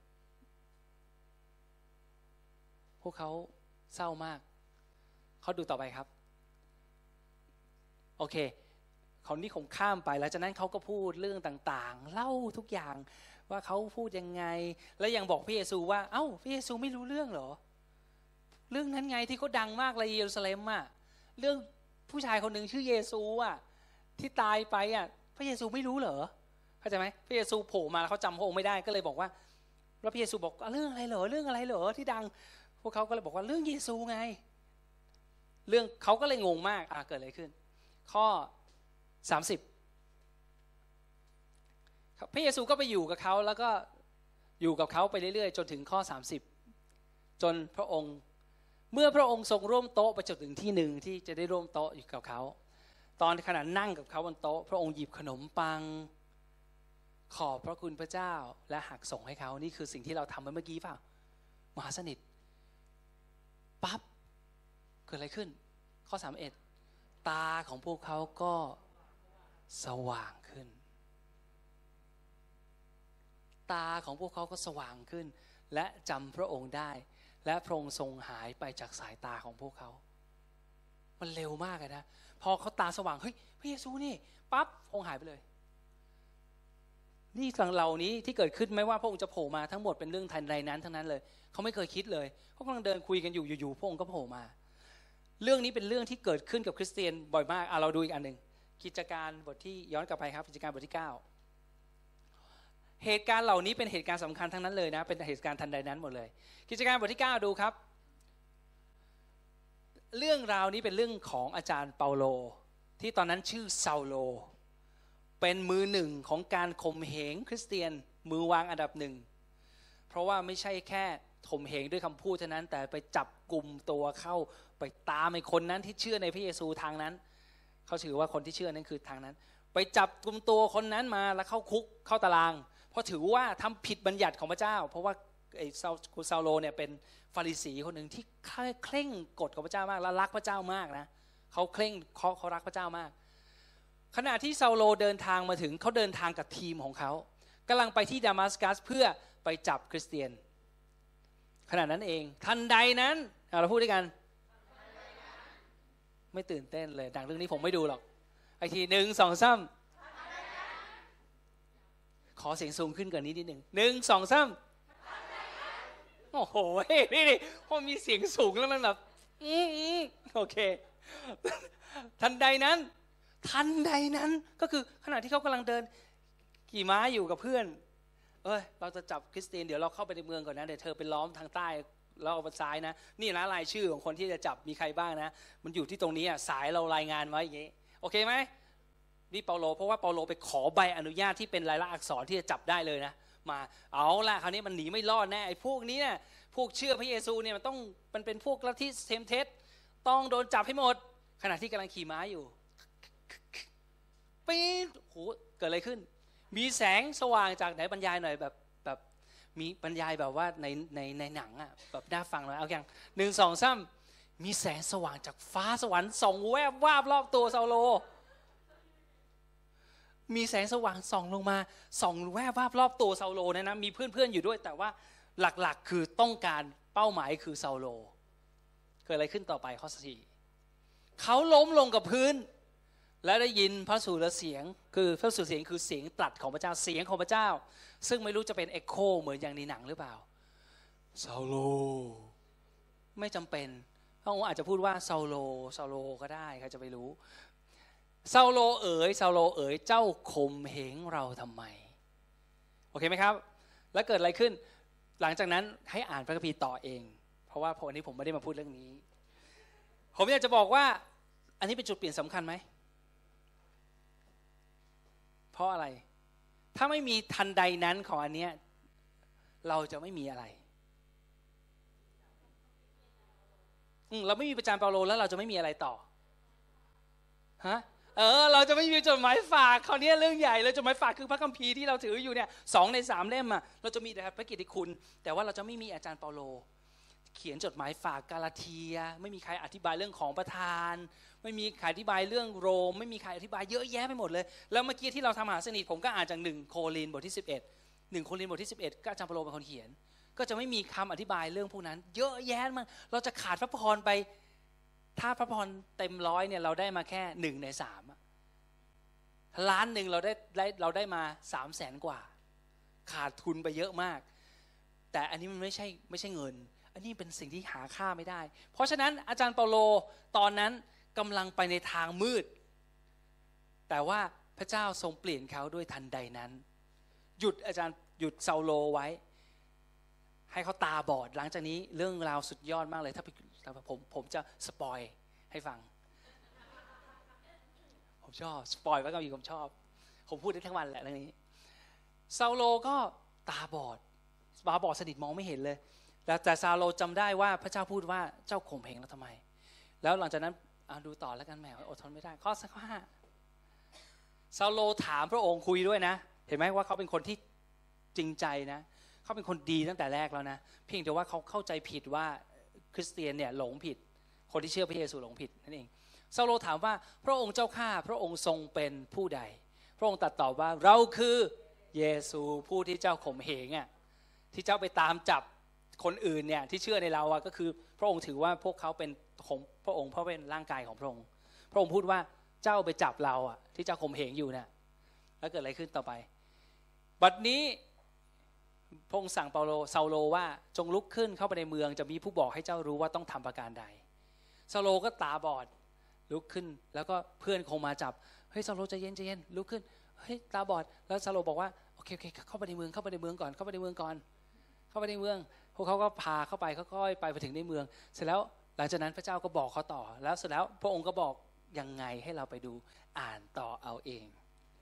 [SPEAKER 1] พวกเขาเศร้ามากเขาดูต่อไปครับโอเคเขานี่ผมข้ามไปแล้วจากนั้นเขาก็พูดเรื่องต่างๆเล่าทุกอย่างว่าเขาพูดยังไงแล้วยังบอกพระเยซูว่าเอ้าพระเยซูไม่รู้เรื่องเหรอเรื่องนั้นไงที่เขาดังมากเลยเยรูซาเล็มอ่ะเรื่องผู้ชายคนหนึ่งชื่อเยซูอ่ะที่ตายไปอ่ะพระเยซูไม่รู้เหรอเข้าใจไหมพระเยซูโผล่มาแล้วเขาจำพระองค์ไม่ได้ก็เลยบอกว่าแล้วพระเยซูบอกเรื่องอะไรเหรอเรื่องอะไรเหรอที่ดังพวกเขาก็เลยบอกว่าเรื่องเยซูไงเรื่องเขาก็เลยงงมากเกิดอะไรขึ้นข้อ30พระเยซูก็ไปอยู่กับเขาแล้วก็อยู่กับเขาไปเรื่อยๆจนถึงข้อ30จนพระองค์เมื่อพระองค์ทรงร่วมโต๊ะไปจนถึงที่หนึ่งที่จะได้ร่วมโต๊ะอยู่กับเขาตอนขณะนั่งกับเขาบนโต๊ะพระองค์หยิบขนมปังขอบพระคุณพระเจ้าและหักส่งให้เขานี่คือสิ่งที่เราทำเมื่อกี้เปล่ามหาสนิทปั๊บเกิดอะไรขึ้นข้อ31ตาของพวกเขาก็สว่างขึ้นตาของพวกเขาก็สว่างขึ้นและจำพระองค์ได้และพระองค์ทรงหายไปจากสายตาของพวกเขามันเร็วมากเลยนะพอเขาตาสว่างเฮ้ยพระเยซูนี่ปั๊บพระองค์หายไปเลยนี่ฝั่งเหล่านี้ที่เกิดขึ้นไม่ว่าพระองค์จะโผล่มาทั้งหมดเป็นเรื่องทันใดนั้นทั้งนั้นเลยเขาไม่เคยคิดเลยเขากำลังเดินคุยกันอยู่พระองค์ก็โผล่มาเรื่องนี้เป็นเรื่องที่เกิดขึ้นกับคริสเตียนบ่อยมากเราดูอีกอันหนึ่งกิจการบทที่ย้อนกลับไปครับกิจการบทที่9เหตุการณ์เหล่านี้เป็นเหตุการณ์สำคัญทั้งนั้นเลยนะเป็นเหตุการณ์ทันใดนั้นหมดเลยกิจการบทที่9ดูครับเรื่องราวนี้เป็นเรื่องของอาจารย์เปาโลที่ตอนนั้นชื่อซาโลเป็นมือหนึ่งของการข่มเหงคริสเตียนมือวางอันดับหนึ่งเพราะว่าไม่ใช่แค่ข่มเหงด้วยคำพูดเท่านั้นแต่ไปจับกลุ่มตัวเข้าไปตามไอ้คนนั้นที่เชื่อในพระเยซูทางนั้นเขาถือว่าคนที่เชื่อนั้นคือทางนั้นไปจับกลุ่มตัวคนนั้นมาแล้วเข้าคุกเข้าตารางเพราะถือว่าทำผิดบัญญัติของพระเจ้าเพราะว่าไอ้ซาโลเนี่ยเป็นฟาริสีคนหนึ่งที่เคร่งกฎของพระเจ้ามากและรักพระเจ้ามากนะเขาเคร่งเขารักพระเจ้ามากขณะที่ซาโลเดินทางมาถึงเขาเดินทางกับทีมของเขากำลังไปที่ดามัสกัสเพื่อไปจับคริสเตียนขณะนั้นเองทันใดนั้นเราพูดด้วยกันไม่ตื่นเต้นเลยดังเรื่องนี้ผมไม่ดูหรอกอีกที1 2 3ขอเสียงสูงขึ้นกว่านี้นิดหนึ่ง1 2 3โอ้โหนี่พอมีเสียงสูงแล้วมันแบบโอเคทันใดนั้นก็คือขณะที่เขากำลังเดินขี่ม้าอยู่กับเพื่อนเราจะจับคริสเตียนเดี๋ยวเราเข้าไปในเมืองก่อนนะเดี๋ยวเธอไปล้อมทางใต้เราเอาไปซ้ายนะนี่นะรายชื่อของคนที่จะจับมีใครบ้างนะมันอยู่ที่ตรงนี้สายเรารายงานไว้อย่างนี้โอเคไหมนี่เปาโลเพราะว่าเปาโลไปขอใบอนุญาตที่เป็นลายลักษณ์อักษรที่จะจับได้เลยนะมาเอาละคราวนี้มันหนีไม่รอดแน่ไอ้พวกนี้เนี่ยพวกเชื่อพระเยซูเนี่ยมันเป็นพวกลัทธิเทมเทสต้องโดนจับให้หมดขณะที่กำลังขี่ม้าอยู่ปี๊ดโหเกิดอะไรขึ้นมีแสงสว่างจากไหนบรรยายหน่อยแบบมีบรรยายแบบว่าในหนังแบบน่าฟังหน่อยเอาอย่าง1 2 3มีแสงสว่างจากฟ้าสวรรค์ส่องแวบวาบรอบตัวซาโลมีแสงสว่างส่องลงมาส่องแวบวาบรอบตัวซาโลเนี่ยนะมีเพื่อนอยู่ด้วยแต่ว่าหลักๆคือต้องการเป้าหมายคือซาโลเกิดอะไรขึ้นต่อไปข้อ4เขาล้มลงกับพื้นและได้ยินพระสุรเสียงคือพระสุรเสียงคือเสียงตรัสของพระเจ้าเสียงของพระเจ้าซึ่งไม่รู้จะเป็นเอ็กโคเหมือนอย่างในหนังหรือเปล่าซาโลไม่จำเป็นพระองค์อาจจะพูดว่าซาโลก็ได้ใครจะไปรู้ซาโลเอ๋ยเจ้าข่มเหงเราทำไมโอเคไหมครับแล้วเกิดอะไรขึ้นหลังจากนั้นให้อ่านพระคัมภีร์ต่อเองเพราะว่าวันนี้ผมไม่ได้มาพูดเรื่องนี้ผมอยากจะบอกว่าอันนี้เป็นจุดเปลี่ยนสำคัญไหมเพราะอะไรถ้าไม่มีทันใดนั้นของอันเนี้ยเราจะไม่มีอะไรเราไม่มีประจานเปาโลแล้วเราจะไม่มีอะไรต่อฮะเราจะไม่มีจดหมายฝากคราวนี้เรื่องใหญ่เลยจดหมายฝากคือพระคัมภีร์ที่เราถืออยู่เนี่ย2 ใน 3เล่มเราจะมีแต่พระกิตติคุณแต่ว่าเราจะไม่มีอาจารย์เปาโลเขียนจดหมายฝากกาลาเทียไม่มีใครอธิบายเรื่องของประธานไม่มีใครอธิบายเรื่องโรมไม่มีใครอธิบายเยอะแยะไปหมดเลยแล้วเมื่อกี้ที่เราทำมหาสนิทผมก็อ่านจาก1 โครินธ์บทที่11 1 โครินธ์บทที่11ก็อาจารย์เปาโลเป็นคนเขียนก็จะไม่มีคำอธิบายเรื่องพวกนั้นเยอะแยะมากเราจะขาดพระพรไปถ้าพระพรเต็ม100เนี่ยเราได้มาแค่1 ใน 3ล้านหนึ่งเราได้มา300,000 กว่าขาดทุนไปเยอะมากแต่อันนี้มันไม่ใช่เงินอันนี้เป็นสิ่งที่หาค่าไม่ได้เพราะฉะนั้นอาจารย์เปาโลตอนนั้นกำลังไปในทางมืดแต่ว่าพระเจ้าทรงเปลี่ยนเขาด้วยทันใดนั้นหยุดซาโลไว้ให้เขาตาบอดหลังจากนี้เรื่องราวสุดยอดมากเลยถ้าผมจะสปอยให้ฟังผมชอบสปอยไว้ก็มีผมชอบผมพูดได้ทั้งวันแหละเรื่องนี้ซาโลก็ตาบอดสนิทมองไม่เห็นเลยแต่ซาโลจำได้ว่าพระเจ้าพูดว่าเจ้าข่มเหงเราทำไมแล้วหลังจากนั้นดูต่อแล้วกันแหมอดทนไม่ได้ข้อ5ซาโลถามพระองค์คุยด้วยนะเห็นไหมว่าเขาเป็นคนที่จริงใจนะเขาเป็นคนดีตั้งแต่แรกแล้วนะเพียงแต่ว่าเขาเข้าใจผิดว่าคริสเตียนเนี่ยหลงผิดคนที่เชื่อพระเยซูหลงผิดนั่นเองซาโลถามว่าพระองค์เจ้าข้าพระองค์ทรงเป็นผู้ใดพระองค์ตรัสตอบว่าเราคือเยซูผู้ที่เจ้าข่มเหงที่เจ้าไปตามจับคนอื่นเนี่ยที่เชื่อในเราก็คือพระองค์ถือว่าพวกเขาเป็นของพระองค์เพราะเป็นร่างกายของพระองค์พระองค์พูดว่าเจ้าไปจับเราที่เจ้าข่มเหงอยู่เนี่ยแล้วเกิดอะไรขึ้นต่อไปบัดนี้พระองค์สั่งซาโลว่าจงลุกขึ้นเข้าไปในเมืองจะมีผู้บอกให้เจ้ารู้ว่าต้องทำประการใดซาโลก็ตาบอดลุกขึ้นแล้วก็เพื่อนคงมาจับเฮ้ยซาโลใจเย็นลุกขึ้นเฮ้ยตาบอดแล้วซาโลบอกว่าโอเคเข้าไปในเมืองก่อนพวกเขาก็พาเข้าไปค่อยๆไปถึงในเมืองเสร็จแล้วหลังจากนั้นพระเจ้าก็บอกเขาต่อแล้วเสร็จแล้วพระองค์ก็บอกยังไงให้เราไปดูอ่านต่อเอาเอง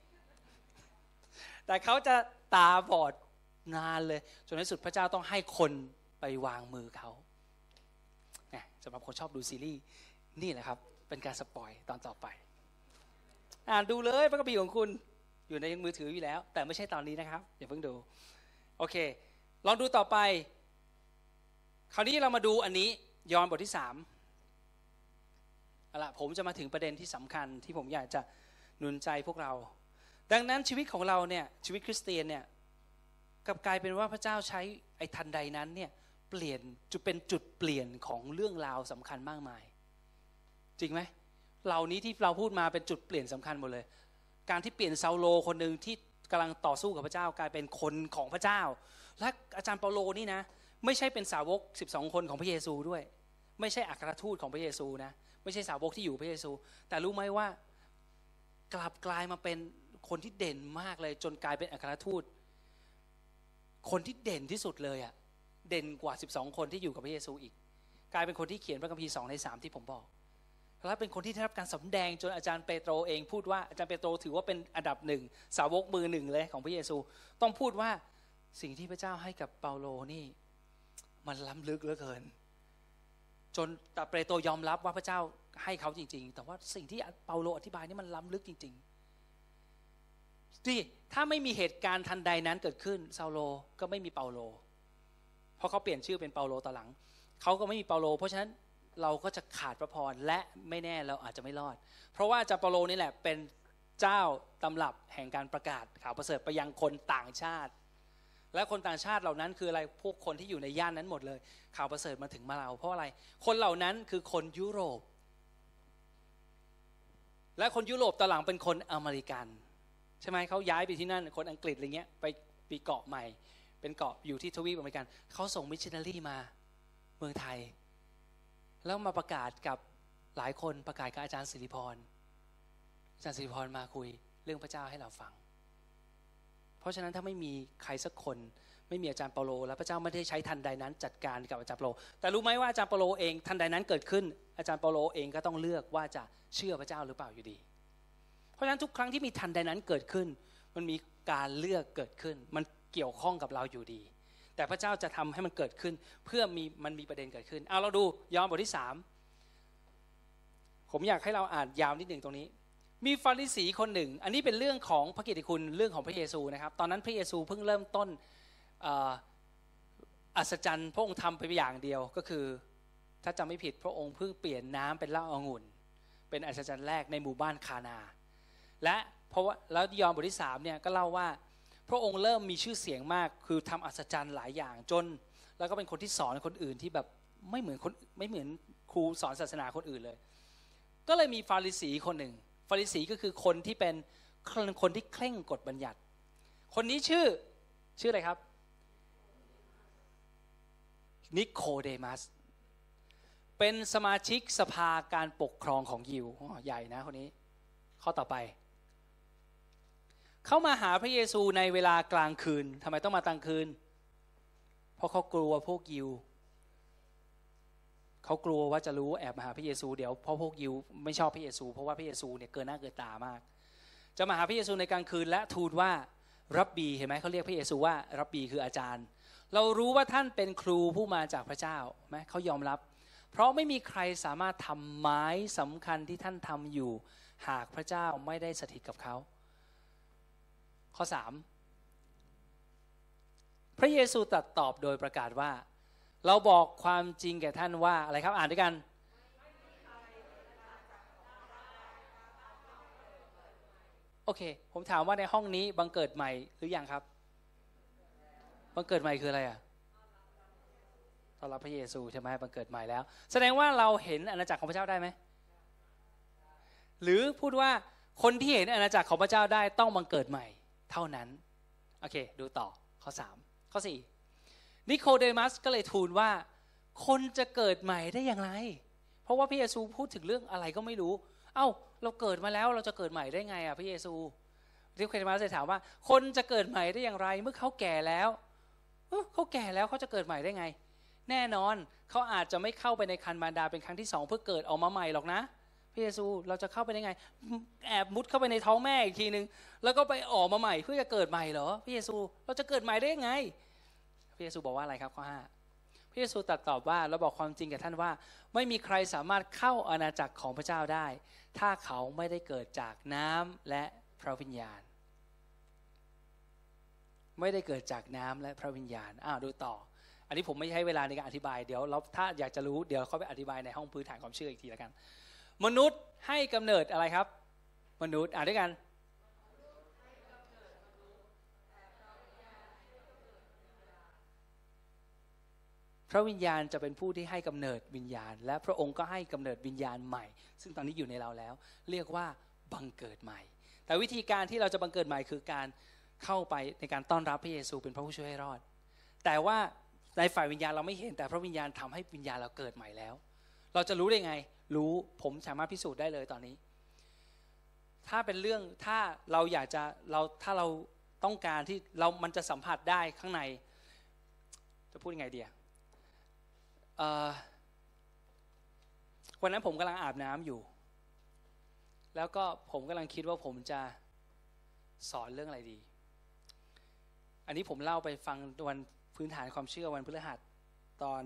[SPEAKER 1] แต่เขาจะตาบอดนานเลยจนในสุดพระเจ้าต้องให้คนไปวางมือเขาสำหรับคนชอบดูซีรีส์นี่แหละครับเป็นการสปอยตอนต่อไปอ่านดูเลยพระคัมภีร์ของคุณอยู่ในมือถืออยู่แล้วแต่ไม่ใช่ตอนนี้นะครับอย่าเพิ่งดูโอเคลองดูต่อไปคราวนี้เรามาดูอันนี้ยอห์นบทที่3เอาล่ะผมจะมาถึงประเด็นที่สำคัญที่ผมอยากจะหนุนใจพวกเราดังนั้นชีวิตของเราเนี่ยชีวิตคริสเตียนเนี่ยกลับกลายเป็นว่าพระเจ้าใช้ไอ้ทันใดนั้นเนี่ยเปลี่ยนจะเป็นจุดเปลี่ยนของเรื่องราวสำคัญมากมายจริงไหมเหล่านี้ที่เราพูดมาเป็นจุดเปลี่ยนสำคัญหมดเลยการที่เปลี่ยนซาโลคนหนึ่งที่กำลังต่อสู้กับพระเจ้ากลายเป็นคนของพระเจ้าและอาจารย์เปาโลนี่นะไม่ใช่เป็นสาวก12 คนของพระเยซูด้วยไม่ใช่อัครทูตของพระเยซูนะไม่ใช่สาวกที่อยู่พระเยซูแต่รู้ไหมว่ากลับกลายมาเป็นคนที่เด่นมากเลยจนกลายเป็นอัครทูตคนที่เด่นที่สุดเลยเด่นกว่า12 คนที่อยู่กับพระเยซูอีกกลายเป็นคนที่เขียนพระคัมภีร์2 ใน 3ที่ผมบอกแล้วเป็นคนที่ได้รับการสำแดงจนอาจารย์เปโตรเองพูดว่าอาจารย์เปโตรถือว่าเป็นอันดับ1สาวกมือ1เลยของพระเยซูต้องพูดว่าสิ่งที่พระเจ้าให้กับเปาโลนี่มันล้ำลึกเหลือเกินจนแต่เปโตรยอมรับว่าพระเจ้าให้เขาจริงๆแต่ว่าสิ่งที่เปาโลอธิบายนี่มันล้ำลึกจริงๆที่ถ้าไม่มีเหตุการณ์ทันใดนั้นเกิดขึ้นซาโลก็ไม่มีเปาโลเพราะเขาเปลี่ยนชื่อเป็นเปาโลตอนหลังเขาก็ไม่มีเปาโลเพราะฉะนั้นเราก็จะขาดพระพรและไม่แน่เราอาจจะไม่รอดเพราะว่าอาจารย์เปาโลนี่แหละเป็นเจ้าตำรับแห่งการประกาศข่าวประเสริฐไปยังคนต่างชาติและคนต่างชาติเหล่านั้นคืออะไรพวกคนที่อยู่ในย่านนั้นหมดเลยข่าวประเสริฐมาถึงมาเราเพราะอะไรคนเหล่านั้นคือคนยุโรปและคนยุโรปตอนหลังเป็นคนอเมริกันใช่ไหมเขาย้ายไปที่นั่นคนอังกฤษอะไรเงี้ยไปปีเกาะใหม่เป็นเกาะอยู่ที่ทวีปอเมริกันเขาส่งมิชชันนารีมาเมืองไทยแล้วมาประกาศกับหลายคนประกาศกับอาจารย์สิริพรมาคุยเรื่องพระเจ้าให้เราฟังเพราะฉะนั้นถ้าไม่มีใครสักคนไม่มีอาจารย์เปาโลแล้วพระเจ้าไม่ได้ใช้ทันใดนั้นจัดการกับอาจารย์เปาโลแต่รู้ไหมว่าอาจารย์เปาโลเองทันใดนั้นเกิดขึ้นอาจารย์เปาโลเองก็ต้องเลือกว่าจะเชื่อพระเจ้าหรือเปล่าอยู่ดีเพราะฉะนั้นทุกครั้งที่มีทันใดนั้นเกิดขึ้นมันมีการเลือกเกิดขึ้นมันเกี่ยวข้องกับเราอยู่ดีแต่พระเจ้าจะทำให้มันเกิดขึ้นเพื่อมันมีประเด็นเกิดขึ้นเอาเราดูยอห์นบทที่3ผมอยากให้เราอ่านยาวนิดหนึ่งตรงนี้มีฟาริสีคนหนึ่งอันนี้เป็นเรื่องของพระกิตติคุณเรื่องของพระเยซูนะครับตอนนั้นพระเยซูเพิ่งเริ่มต้นอัศจรรย์พระองค์ทำไปอย่างเดียวก็คือถ้าจำไม่ผิดพระองค์เพิ่งเปลี่ยนน้ำเป็นเหล้าองุ่นเป็นอัศจรรย์แรกในหมู่บ้านคานาและเพราะว่าแล้วยอห์นบทที่3เนี่ยก็เล่าว่าพระองค์เริ่มมีชื่อเสียงมากคือทำอัศจรรย์หลายอย่างจนแล้วก็เป็นคนที่สอนคนอื่นที่แบบไม่เหมือนครูสอนศาสนาคนอื่นเลยก็เลยมีฟาริสีคนหนึ่งฟาริสีก็คือคนที่เป็นคนที่เคร่งกฎบัญญัติคนนี้ชื่ออะไรครับนิโคเดมัสเป็นสมาชิกสภาการปกครองของยิวใหญ่นะคนนี้ข้อต่อไปเข้ามาหาพระเยซูในเวลากลางคืนทำไมต้องมากลางคืนเพราะเขากลัวพวกยิวเขากลัวว่าจะรู้แอบมาหาพระเยซูเดี๋ยวเพราะพวกยิวไม่ชอบพระเยซูเพราะว่าพระเยซูเนี่ยเกินหน้าเกินตามากจะมาหาพระเยซูในกลางคืนและทูลว่ารับบีเห็นไหมเขาเรียกพระเยซูว่ารับบีคืออาจารย์เรารู้ว่าท่านเป็นครูผู้มาจากพระเจ้าไหมเขายอมรับเพราะไม่มีใครสามารถทำไม้สำคัญที่ท่านทำอยู่หากพระเจ้าไม่ได้สถิตกับเขาข้อ 3พระเยซูตรัสตอบโดยประกาศว่าเราบอกความจริงแก่ท่านว่าอะไรครับอ่านด้วยกันโอเคผมถามว่าในห้องนี้บังเกิดใหม่หรือยังครับบังเกิดใหม่คืออะไรอ่ะต้อนรับพระเยซูใช่ไหมบังเกิดใหม่แล้วแสดงว่าเราเห็นอาณาจักรของพระเจ้าได้ไหมหรือพูดว่าคนที่เห็นอาณาจักรของพระเจ้าได้ต้องบังเกิดใหม่เท่านั้นโอเคดูต่อข้อ 3ข้อ 4นิโคเดมัสก็เลยทูลว่าคนจะเกิดใหม่ได้อย่างไรเพราะว่าพระเยซูพูดถึงเรื่องอะไรก็ไม่รู้เอ้าเราเกิดมาแล้วเราจะเกิดใหม่ได้ไงอ่ะพระเยซูนิโคเดมัสเลยถามว่าคนจะเกิดใหม่ได้อย่างไรเมื่อเขาแก่แล้วเขาแก่แล้วเขาจะเกิดใหม่ได้ไงแน่นอนเขาอาจจะไม่เข้าไปในคันมารดาเป็นครั้งที่2เพื่อเกิดออกมาใหม่หรอกนะพระเยซูเราจะเข้าไปได้ไงแอบมุดเข้าไปในท้องแม่อีกทีนึงแล้วก็ไปออกมาใหม่เพื่อจะเกิดใหม่เหรอพระเยซูเราจะเกิดใหม่ได้ยังไงพระเยซูบอกว่าอะไรครับข้อ 5พระเยซูตรัสตอบว่าเราบอกความจริงกับท่านว่าไม่มีใครสามารถเข้าอาณาจักรของพระเจ้าได้ถ้าเขาไม่ได้เกิดจากน้ำและพระวิญญาณไม่ได้เกิดจากน้ำและพระวิญญาณดูต่ออันนี้ผมไม่ใช้เวลาในการอธิบายเดี๋ยวเราถ้าอยากจะรู้เดี๋ยวเขาไปอธิบายในห้องพื้นฐานความเชื่ออีกทีแล้วกันมนุษย์ให้กำเนิดอะไรครับมนุษย์ด้วยกันพระวิญญาณจะเป็นผู้ที่ให้กำเนิดวิญญาณและพระองค์ก็ให้กำเนิดวิญญาณใหม่ซึ่งตอนนี้อยู่ในเราแล้วเรียกว่าบังเกิดใหม่แต่วิธีการที่เราจะบังเกิดใหม่คือการเข้าไปในการต้อนรับพระเยซูเป็นพระผู้ช่วยให้รอดแต่ว่าในฝ่ายวิญญาณเราไม่เห็นแต่พระวิญญาณทำให้วิญญาณเราเกิดใหม่แล้วเราจะรู้ได้ไงรู้ผมสามารถพิสูจน์ได้เลยตอนนี้ถ้าเป็นเรื่องถ้าเราอยากจะถ้าเราต้องการที่มันจะสัมผัสได้ข้างในจะพูดยังไงดีวันนั้นผมกำลังอาบน้ำอยู่แล้วก็ผมกำลังคิดว่าผมจะสอนเรื่องอะไรดีอันนี้ผมเล่าไปฟังวันพื้นฐานความเชื่อวันพฤหัสตอน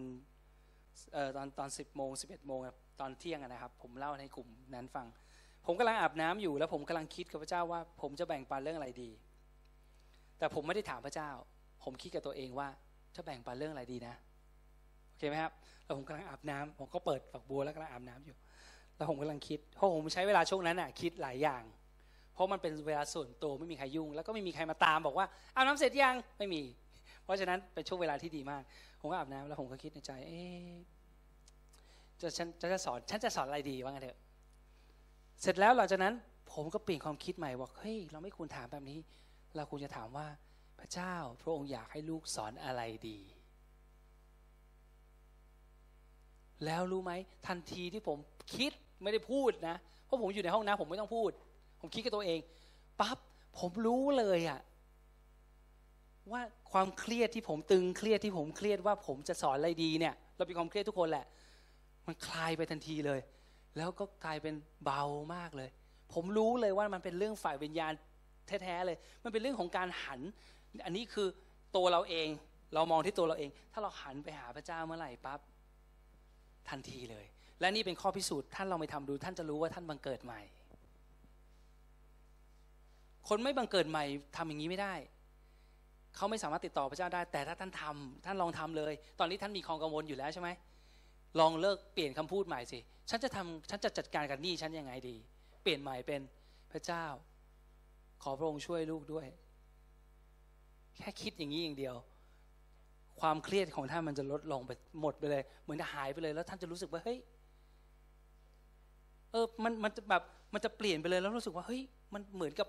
[SPEAKER 1] 10 โมง 11 โมงตอนเที่ยงนะครับผมเล่าในกลุ่มนั้นฟังผมกำลังอาบน้ำอยู่แล้วผมกำลังคิดกับพระเจ้าว่าผมจะแบ่งปันเรื่องอะไรดีแต่ผมไม่ได้ถามพระเจ้าผมคิดกับตัวเองว่าจะแบ่งปันเรื่องอะไรดีนะโอเคไหมครับแล้วผมกำลังอาบน้ำผมก็เปิดฝักบัวแล้วกำลังอาบน้ำอยู่แล้วผมกำลังคิดเพราะผมใช้เวลาช่วงนั้นคิดหลายอย่างเพราะมันเป็นเวลาส่วนตัวไม่มีใครยุ่งแล้วก็ไม่มีใครมาตามบอกว่าอาบน้ำเสร็จยังไม่มีเพราะฉะนั้นเป็นช่วงเวลาที่ดีมากผมก็อาบน้ำแล้วผมก็คิดในใจฉันจะสอนอะไรดีว่างั้นเถอะเสร็จแล้วหลังจากนั้นผมก็เปลี่ยนความคิดใหม่ว่าเฮ้ยเราไม่ควรถามแบบนี้เราควรจะถามว่าพระเจ้าพระองค์อยากให้ลูกสอนอะไรดีแล้วรู้ไหมทันทีที่ผมคิดไม่ได้พูดนะเพราะผมอยู่ในห้องน้ำผมไม่ต้องพูดผมคิดกับตัวเองปั๊บผมรู้เลยว่าความเครียดที่ผมตึงเครียดที่ผมเครียดว่าผมจะสอนอะไรดีเนี่ยเรามีความเครียดทุกคนแหละมันคลายไปทันทีเลยแล้วก็กลายเป็นเบามากเลยผมรู้เลยว่ามันเป็นเรื่องฝ่ายวิญญาณแท้ๆเลยมันเป็นเรื่องของการหันอันนี้คือตัวเราเองเรามองที่ตัวเราเองถ้าเราหันไปหาพระเจ้าเมื่อไหร่ปั๊บทันทีเลยและนี่เป็นข้อพิสูจน์ท่านลองไปทำดูท่านจะรู้ว่าท่านบังเกิดใหม่คนไม่บังเกิดใหม่ทำอย่างนี้ไม่ได้เขาไม่สามารถติดต่อพระเจ้าได้แต่ถ้าท่านลองทำเลยตอนนี้ท่านมีความกังวลอยู่แล้วใช่ไหมลองเลิกเปลี่ยนคำพูดใหม่สิฉันจะจัดการกับหนี้ฉันยังไงดีเปลี่ยนใหม่เป็นพระเจ้าขอพระองค์ช่วยลูกด้วยแค่คิดอย่างนี้อย่างเดียวความเครียดของท่านมันจะลดลงไปหมดไปเลยเหมือนจะหายไปเลยแล้วท่านจะรู้สึกว่าเฮ้ยมันจะแบบมันจะเปลี่ยนไปเลยแล้วรู้สึกว่าเฮ้ยมันเหมือนกับ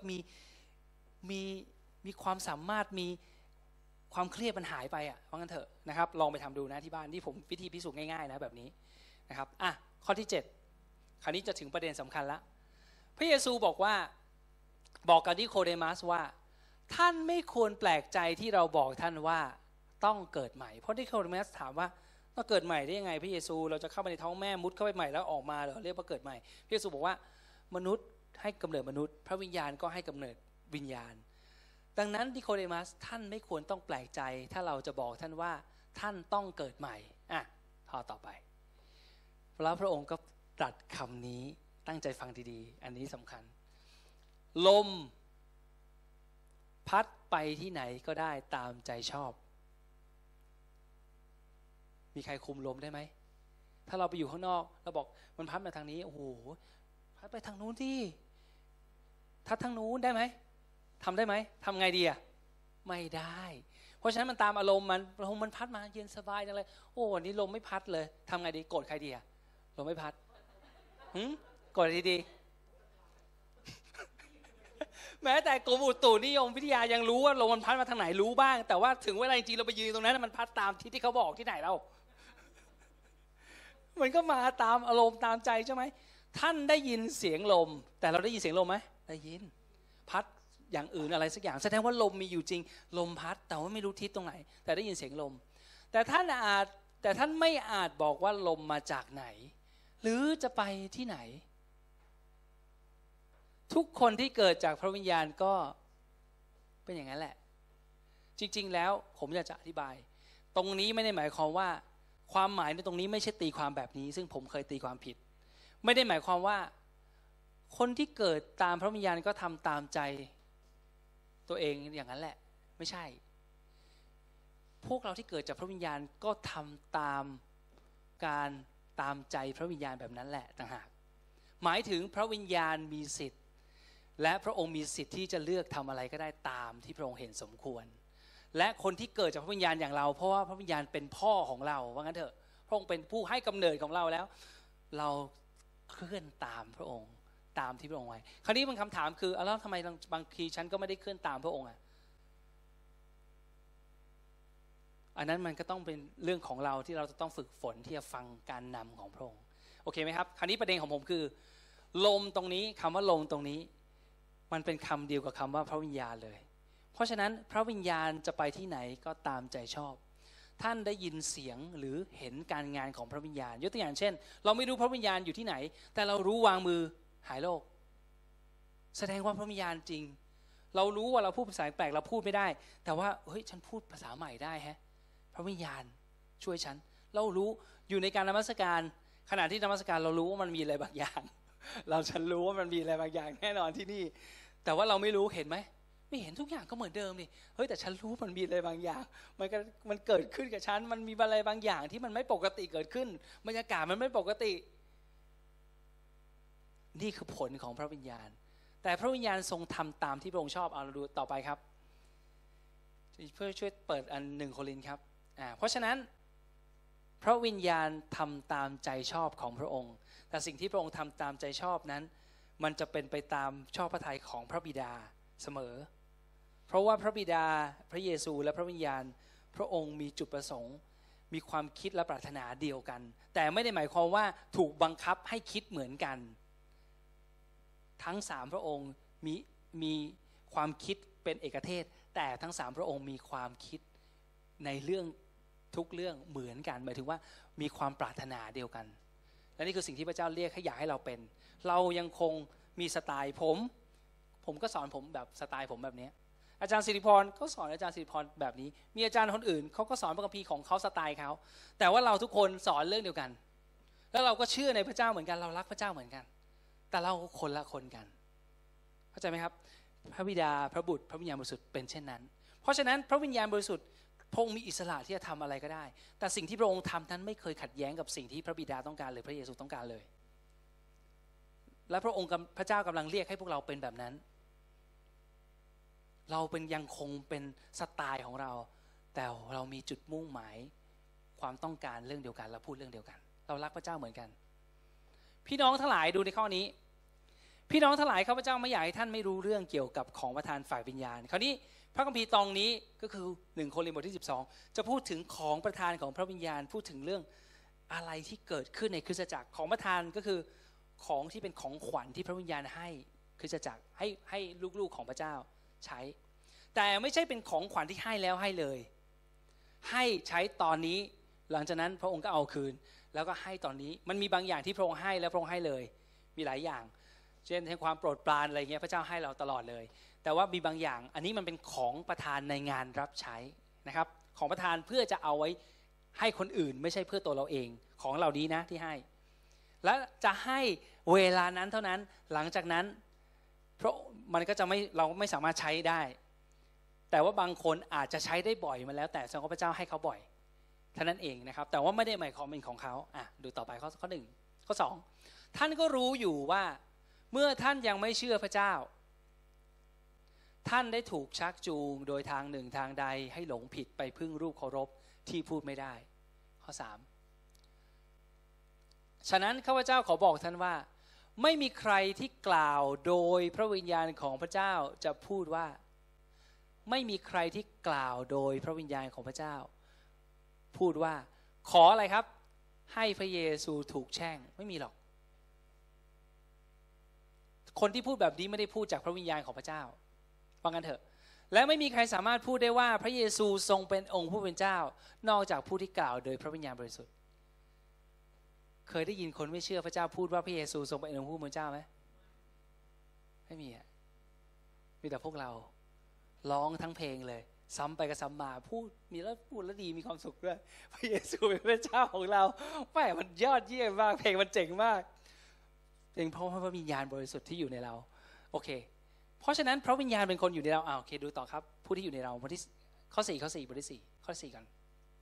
[SPEAKER 1] มีความสามารถมีความเครียดมันหายไปอ่ะว่างั้นเถอะนะครับลองไปทำดูนะที่บ้านที่ผมวิธีพิสูจน์ง่ายๆนะแบบนี้นะครับข้อที่7คราวนี้จะถึงประเด็นสำคัญละพระเยซูบอกกับนิโคเดมัสว่าท่านไม่ควรแปลกใจที่เราบอกท่านว่าต้องเกิดใหม่เพราะนิโคเดมัสถามว่าเกิดใหม่ได้ยังไงพระเยซูเราจะเข้าไปในท้องแม่มุดเข้าไปใหม่แล้วออกมาเหรอเรียกว่าเกิดใหม่พระเยซูบอกว่ามนุษย์ให้กำเนิดมนุษย์พระวิญญาณก็ให้กำเนิดวิญญาณดังนั้นนิโคเดมัสท่านไม่ควรต้องแปลกใจถ้าเราจะบอกท่านว่าท่านต้องเกิดใหม่ข้อต่อไปแล้วพระองค์ก็ตรัสคำนี้ตั้งใจฟังดีๆอันนี้สำคัญลมพัดไปที่ไหนก็ได้ตามใจชอบมีใครคุมลมได้ไหมถ้าเราไปอยู่ข้างนอกเราบอกมันพัดมาทางนี้โอ้โหพัดไปทางนู้นที่ทัดทางนู้นได้ไหมทำได้ไหมทำไงดีไม่ได้เพราะฉะนั้นมันตามอารมณ์มันพัดมาเย็นสบายจังเลยโอ้วันนี้ลมไม่พัดเลยทำไงดีโกรธใครดีลมไม่พัดโกรธดีแม้แต่กรมอุตุนิยมวิทยายังรู้ว่าลมมันพัดมาทางไหนรู้บ้างแต่ว่าถึงเวลาจริงเราไปยืนตรงนั้นมันพัดตามที่เขาบอกที่ไหนเรามันก็มาตามอารมณ์ตามใจใช่ไหมท่านได้ยินเสียงลมแต่เราได้ยินเสียงลมไหมได้ยินพัดอย่างอื่นอะไรสักอย่างแสดงว่าลมมีอยู่จริงลมพัดแต่ว่าไม่รู้ทิศตรงไหนแต่ได้ยินเสียงลมแต่ท่านไม่อาจบอกว่าลมมาจากไหนหรือจะไปที่ไหนทุกคนที่เกิดจากพระวิญญาณก็เป็นอย่างนั้นแหละจริงๆแล้วผมอยากจะอธิบายตรงนี้ไม่ได้หมายความว่าความหมายในตรงนี้ไม่ใช่ตีความแบบนี้ซึ่งผมเคยตีความผิดไม่ได้หมายความว่าคนที่เกิดตามพระวิญญาณก็ทำตามใจตัวเองอย่างนั้นแหละไม่ใช่พวกเราที่เกิดจากพระวิญญาณก็ทำตามการตามใจพระวิญญาณแบบนั้นแหละต่างหากหมายถึงพระวิญญาณมีสิทธิ์และพระองค์มีสิทธิ์ที่จะเลือกทำอะไรก็ได้ตามที่พระองค์เห็นสมควรและคนที่เกิดจากพระวิญญาณอย่างเราเพราะว่าพระวิญญาณเป็นพ่อของเราว่างั้นเถอะพระองค์เป็นผู้ให้กำเนิดของเราแล้วเราเคลื่อนตามพระองค์ตามที่พระองค์ไว้คราวนี้มันคำถามคือแล้วทำไมบางทีฉันก็ไม่ได้เคลื่อนตามพระองค์อันนั้นมันก็ต้องเป็นเรื่องของเราที่เราจะต้องฝึกฝนที่จะฟังการนำของพระองค์โอเคไหมครับคราวนี้ประเด็นของผมคือลมตรงนี้คำว่าลมตรงนี้มันเป็นคำเดียวกับคำว่าพระวิญญาณเลยเพราะฉะนั้นพระวิญญาณจะไปที่ไหนก็ตามใจชอบท่านได้ยินเสียงหรือเห็นการงานของพระวิญญาณยกตัวอย่างเช่นเราไม่รู้พระวิญญาณอยู่ที่ไหนแต่เรารู้วางมือหายโรคแสดงว่าพระวิญญาณจริงเรารู้ว่าเราพูดภาษาแปลกเราพูดไม่ได้แต่ว่าเฮ้ยฉันพูดภาษาใหม่ได้พระวิญญาณช่วยฉันเรารู้อยู่ในการนมัสการขณะที่นมัสการเรารู้ว่ามันมีอะไรบางอย่างฉันรู้ว่ามันมีอะไรบางอย่างแน่นอนที่นี่แต่ว่าเราไม่รู้เห็นไหมไม่เห็นทุกอย่างก็เหมือนเดิมนี่เฮ้ยแต่ฉันรู้มันมีอะไรบางอย่างมันเกิดขึ้นกับฉันมันมีอะไรบางอย่างที่มันไม่ปกติเกิดขึ้นบรรยากาศมันไม่ปกตินี่คือผลของพระวิญญาณแต่พระวิญญาณทรงทำตามที่พระองค์ชอบเอาเราดูต่อไปครับเพื่อช่วยเปิดอัน1 โครินธ์ครับเพราะฉะนั้นพระวิญญาณทำตามใจชอบของพระองค์แต่สิ่งที่พระองค์ทำตามใจชอบนั้นมันจะเป็นไปตามชอบพระทัยของพระบิดาเสมอเพราะว่าพระบิดาพระเยซูและพระวิญญาณพระองค์มีจุดประสงค์มีความคิดและปรารถนาเดียวกันแต่ไม่ได้หมายความว่าถูกบังคับให้คิดเหมือนกันทั้ง3พระองค์มีความคิดเป็นเอกเทศแต่ทั้ง3พระองค์มีความคิดในเรื่องทุกเรื่องเหมือนกันหมายถึงว่ามีความปรารถนาเดียวกันและนี่คือสิ่งที่พระเจ้าเรียกให้อยากให้เราเป็นเรายังคงมีสไตล์ผมก็สอนผมแบบสไตล์ผมแบบนี้อาจารย์สิริพรก็สอนอาจารย์สิริพรแบบนี้มีอาจารย์คนอื่นเขาก็สอนพระคัมภีร์ของเขาสไตล์เขาแต่ว่าเราทุกคนสอนเรื่องเดียวกันแล้วเราก็เชื่อในพระเจ้าเหมือนกันเรารักพระเจ้าเหมือนกันแต่เราคนละคนกันเข้าใจไหมครับพระบิดาพระบุตรพระวิญญาณบริสุทธิ์เป็นเช่นนั้นเพราะฉะนั้นพระวิญญาณบริสุทธิ์พระองค์มีอิสระที่จะทำอะไรก็ได้แต่สิ่งที่พระองค์ทำนั้นไม่เคยขัดแย้งกับสิ่งที่พระบิดาต้องการหรือพระเยซูต้องการเลยและพระองค์พระเจ้ากำลังเรียกให้พวกเราเป็นแบบนั้นเราเป็นยังคงเป็นสไตล์ของเราแต่เรามีจุดมุ่งหมายความต้องการเรื่องเดียวกันเราพูดเรื่องเดียวกันเรารักพระเจ้าเหมือนกันพี่น้องทั้งหลายดูในข้อนี้พี่น้องทั้งหลายข้าพเจ้าไม่อยากให้ท่านไม่รู้เรื่องเกี่ยวกับของประทานฝ่ายวิญญาณคราวนี้พระคัมภีร์ตอนนี้ก็คือ1โครินธ์บทที่12จะพูดถึงของประทานของพระวิญญาณพูดถึงเรื่องอะไรที่เกิดขึ้นในคริสตจักรของประทานก็คือของที่เป็นของขวัญที่พระวิญญาณให้คริสตจักรให้ลูกๆของพระเจ้าใช้แต่ไม่ใช่เป็นของขวัญที่ให้แล้วให้เลยให้ใช้ตอนนี้หลังจากนั้นพระองค์ก็เอาคืนแล้วก็ให้ตอนนี้มันมีบางอย่างที่พระองค์ให้แล้วพระองค์ให้เลยมีหลายอย่างเช่นให้ความโปรดปรานอะไรเงี้ยพระเจ้าให้เราตลอดเลยแต่ว่ามีบางอย่างอันนี้มันเป็นของประทานในงานรับใช้นะครับของประทานเพื่อจะเอาไว้ให้คนอื่นไม่ใช่เพื่อตัวเราเองของเหล่านี้นะที่ให้และจะให้เวลานั้นเท่านั้นหลังจากนั้นเพราะมันก็จะไม่เราไม่สามารถใช้ได้แต่ว่าบางคนอาจจะใช้ได้บ่อยมาแล้วแต่แสดงว่าพระเจ้าให้เขาบ่อยเท่านั้นเองนะครับแต่ว่าไม่ได้หมายความเป็นของเขาดูต่อไปข้อ1ข้อ2ท่านก็รู้อยู่ว่าเมื่อท่านยังไม่เชื่อพระเจ้าท่านได้ถูกชักจูงโดยทางหนึ่งทางใดให้หลงผิดไปพึ่งรูปเคารพที่พูดไม่ได้ข้อ3ฉะนั้นข้าพเจ้าขอบอกท่านว่าไม่มีใครที่กล่าวโดยพระวิญญาณของพระเจ้าจะพูดว่าไม่มีใครที่กล่าวโดยพระวิญญาณของพระเจ้าพูดว่าขออะไรครับให้พระเยซูถูกแช่งไม่มีหรอกคนที่พูดแบบนี้ไม่ได้พูดจากพระวิญญาณของพระเจ้าฟังกันเถอะและไม่มีใครสามารถพูดได้ว่าพระเยซูทรงเป็นองค์ผู้เป็นเจ้านอกจากผู้ที่กล่าวโดยพระวิญญาณบริสุทธิ์เคยได้ยินคนไม่เชื่อพระเจ้าพูดว่าพระเยซูทรงเป็นองค์ผู้เป็นเจ้าไหมไม่มีมีแต่พวกเราร้องทั้งเพลงเลยซ้ำไปกับซ้ำมาพูดมีแล้วพูดแล้วดีมีความสุขด้วยพระเยซูเป็นพระเจ้าของเราแหมมันยอดเยี่ยมมากเพลงมันเจ๋งมากเพลงเพราะพระวิญญาณบริสุทธิ์ที่อยู่ในเราโอเคเพราะฉะนั้นพระวิญญาณเป็นคนอยู่ในเราโอเคดูต่อครับผู้ที่อยู่ในเราบทที่ข้อ4บทที่4ข้อ4กัน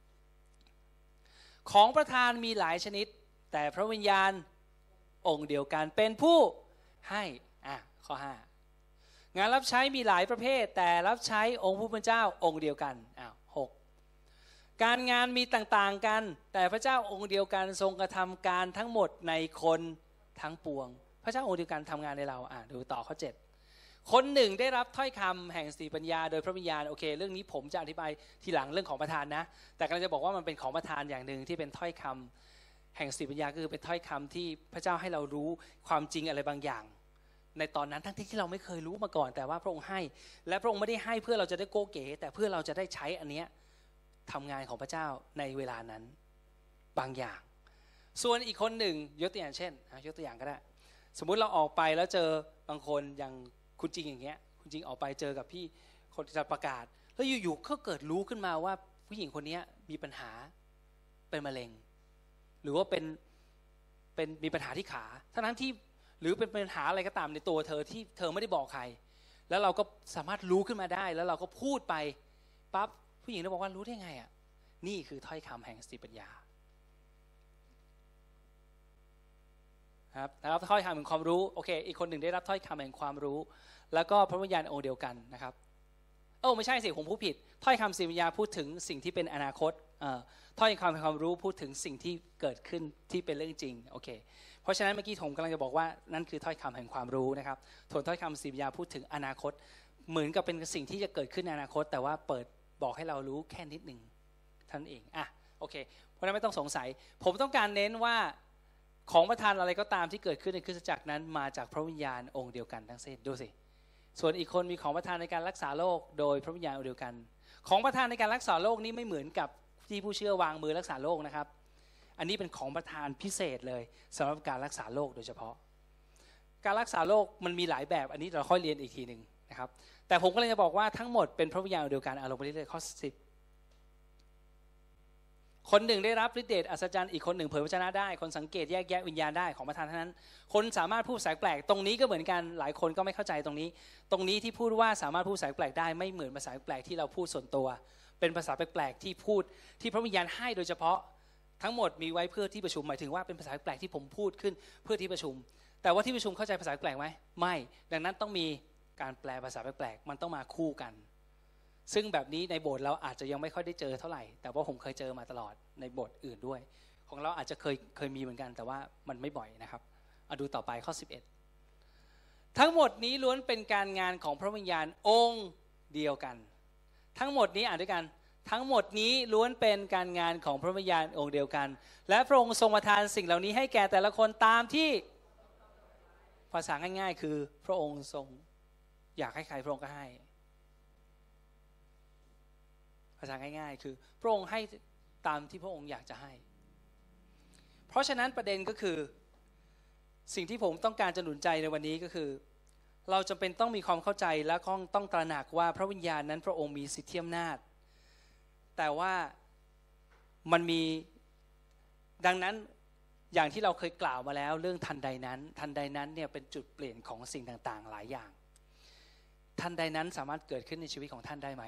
[SPEAKER 1] ของประทานมีหลายชนิดแต่พระวิญญาณองค์เดียวกันเป็นผู้ให้ข้อ5งานรับใช้มีหลายประเภทแต่รับใช้องค์ผู้เป็นเจ้าองค์เดียวกัน6การงานมีต่างๆกันแต่พระเจ้าองค์เดียวกันทรงกระทำการทั้งหมดในคนทั้งปวงพระเจ้าองค์เดียวกันทำงานในเราดูต่อข้อ7คนหนึ่งได้รับถ้อยคำแห่งสติปัญญาโดยพระวิญญาณโอเคเรื่องนี้ผมจะอธิบายทีหลังเรื่องของประทานนะแต่กำลังจะบอกว่ามันเป็นของประทานอย่างหนึ่งที่เป็นถ้อยคำแห่งสติปัญญาคือเป็นถ้อยคำที่พระเจ้าให้เรารู้ความจริงอะไรบางอย่างในตอนนั้นทั้งที่เราไม่เคยรู้มาก่อนแต่ว่าพระองค์ให้และพระองค์ไม่ได้ให้เพื่อเราจะได้โก้เก๋แต่เพื่อเราจะได้ใช้อันเนี้ยทำงานของพระเจ้าในเวลานั้นบางอย่างส่วนอีกคนหนึ่งยกตัวอย่างเช่นยกตัวอย่างก็ได้สมมุติเราออกไปแล้วเจอบางคนอย่างคุณจริงอย่างเงี้ยคุณจริงออกไปเจอกับพี่คนจะประกาศแล้วอยู่ๆก็เกิดรู้ขึ้นมาว่าผู้หญิงคนนี้มีปัญหาเป็นมะเร็งหรือว่าเป็นมีปัญหาที่ขาทั้งที่หรือเป็นปัญหาอะไรก็ตามในตัวเธอที่เธอไม่ได้บอกใครแล้วเราก็สามารถรู้ขึ้นมาได้แล้วเราก็พูดไปปั๊บผู้หญิงเราบอกว่ารู้ได้ไงนี่คือถ้อยคำแห่งสติปัญญาครับนะครับถ้อยคำแห่งความรู้โอเคอีกคนหนึ่งได้รับถ้อยคำแห่งความรู้แล้วก็พระวิญญาณองค์เดียวกันนะครับไม่ใช่สิผมพูดผิดถ้อยคำสติปัญญาพูดถึงสิ่งที่เป็นอนาคตถ้อยคำแห่งความรู้พูดถึงสิ่งที่เกิดขึ้นที่เป็นเรื่องจริงโอเคเพราะฉะนั้นเมื่อกี้ผมกำลังจะบอกว่านั่นคือถ้อยคำแห่งความรู้นะครับส่วนถ้อยคำสติปัญญาพูดถึงอนาคตเหมือนกับเป็นสิ่งที่จะเกิดขึ้นในอนาคตแต่ว่าเปิดบอกให้เรารู้แค่นิดนึงท่านเองโอเคเพราะฉะนั้นไม่ต้องสงสัยผมต้องการเน้นว่าของประทานอะไรก็ตามที่เกิดขึ้นในคริสตจักรนั้นมาจากพระวิญญาณองค์เดียวกันทั้งสิ้นดูสิส่วนอีกคนมีของประทานในการรักษาโรคโดยพระวิญญาณองค์เดียวกันของประทานในการรักษาโรคนี้ไม่เหมือนกับที่ผู้เชื่อวางมือรักษาโรคนะครับอันนี้เป็นของประทานพิเศษเลยสำหรับการรักษาโรคโดยเฉพาะการรักษาโรคมันมีหลายแบบอันนี้เราค่อยเรียนอีกทีนึงนะครับแต่ผมก็เลยจะบอกว่าทั้งหมดเป็นพระวิญญาณองค์เดียวกันลงไปเรื่อยๆข้อ10คนหนึ่งได้รับฤทธิ์เดชอัศจรรย์อีกคนหนึ่งเผยพระวจนะได้คนสังเกตแยกแยะวิญญาณได้ของประทานเท่านั้นคนสามารถพูดภาษาแปลกตรงนี้ก็เหมือนกันหลายคนก็ไม่เข้าใจตรงนี้ที่พูดว่าสามารถพูดภาษาแปลกได้ไม่เหมือนภาษาแปลกที่เราพูดส่วนตัวเป็นภาษาแปลกที่พูดที่พระวิญญาณให้โดยเฉพาะทั้งหมดมีไว้เพื่อที่ประชุมหมายถึงว่าเป็นภาษาแปลกที่ผมพูดขึ้นเพื่อที่ประชุมแต่ว่าที่ประชุมเข้าใจภาษาแปลกไหมไม่ดังนั้นต้องมีการแปลภาษาแปลกๆมันต้องมาคู่กันซึ่งแบบนี้ในโบสถ์เราอาจจะยังไม่ค่อยได้เจอเท่าไหร่แต่ว่าผมเคยเจอมาตลอดในโบสถ์อื่นด้วยของเราอาจจะเคยมีเหมือนกันแต่ว่ามันไม่บ่อยนะครับเอาดูต่อไปข้อ11ทั้งหมดนี้ล้วนเป็นการงานของพระวิญญาณองค์เดียวกันทั้งหมดนี้อ่านด้วยกันทั้งหมดนี้ล้วนเป็นการงานของพระวิญญาณองค์เดียวกันและพระองค์ทรงประทานสิ่งเหล่านี้ให้แก่แต่ละคนตามที่ภาษาง่ายๆคือพระองค์ทรงอยากให้ใครพระองค์ก็ให้ภาษาง่ายๆคือพระองค์ให้ตามที่พระองค์อยากจะให้เพราะฉะนั้นประเด็นก็คือสิ่งที่ผมต้องการจะหนุนใจในวันนี้ก็คือเราจำเป็นต้องมีความเข้าใจและต้องตระหนักว่าพระวิญญาณนั้นพระองค์มีสิทธิอำนาจแต่ว่ามันมีดังนั้นอย่างที่เราเคยกล่าวมาแล้วเรื่องทันใดนั้นเนี่ยเป็นจุดเปลี่ยนของสิ่งต่างๆหลายอย่างทันใดนั้นสามารถเกิดขึ้นในชีวิตของท่านได้ไหม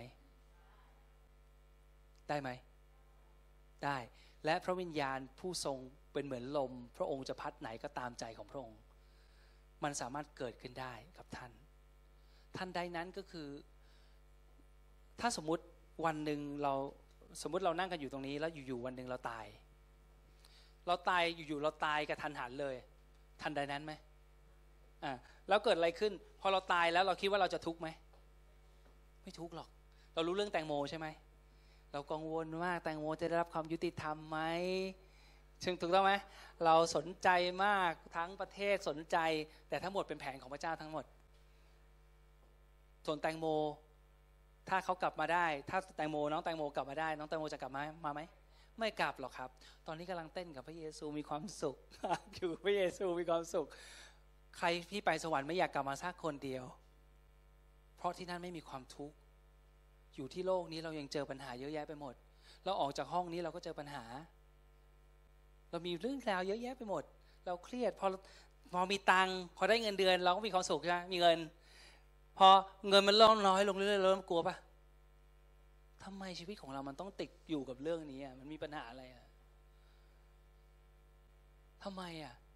[SPEAKER 1] ได้ไหมได้และพระวิญญาณผู้ทรงเป็นเหมือนลมพระองค์จะพัดไหนก็ตามใจของพระองค์มันสามารถเกิดขึ้นได้กับท่านทันใดนั้นก็คือถ้าสมมุติวันหนึ่งเรานั่งกันอยู่ตรงนี้แล้วอยู่ๆวันหนึ่งเราตายอยู่ๆเราตายกระทันหันเลยทันใดนั้นไหมแล้วเกิดอะไรขึ้นพอเราตายแล้วเราคิดว่าเราจะทุกข์ไหมไม่ทุกข์หรอกเรารู้เรื่องแตงโมใช่ไหมเรากังวลมากแตงโมจะได้รับความยุติธรรมไหมซึ่งถูกต้องไหมเราสนใจมากทั้งประเทศสนใจแต่ทั้งหมดเป็นแผนของพระเจ้าทั้งหมดส่วนแตงโมถ้าเขากลับมาได้ถ้าน้องแตงโมกลับมาได้น้องแตงโมจะกลับมาไหมไม่กลับหรอกครับตอนนี้กำลังเต้นกับพระเยซูมีความสุข อยู่พระเยซูมีความสุขใครที่ไปสวรรค์ไม่อยากกลับมาสักคนเดียวเพราะที่นั่นไม่มีความทุกข์อยู่ที่โลกนี้เรายังเจอปัญหาเยอะแยะไปหมดเราออกจากห้องนี้เราก็เจอปัญหาเรามีเรื่องราวเยอะแยะไปหมดเราเครียดพอมีตังค์พอได้เงินเดือนเราก็มีความสุขใช่ไหมมีเงินพอเงินมันลดน้อยลงเรื่อยๆเราเริ่มกลัวปะทำไมชีวิตของเรามันต้องติดอยู่กับเรื่องนี้มันมีปัญหาอะไรทำไม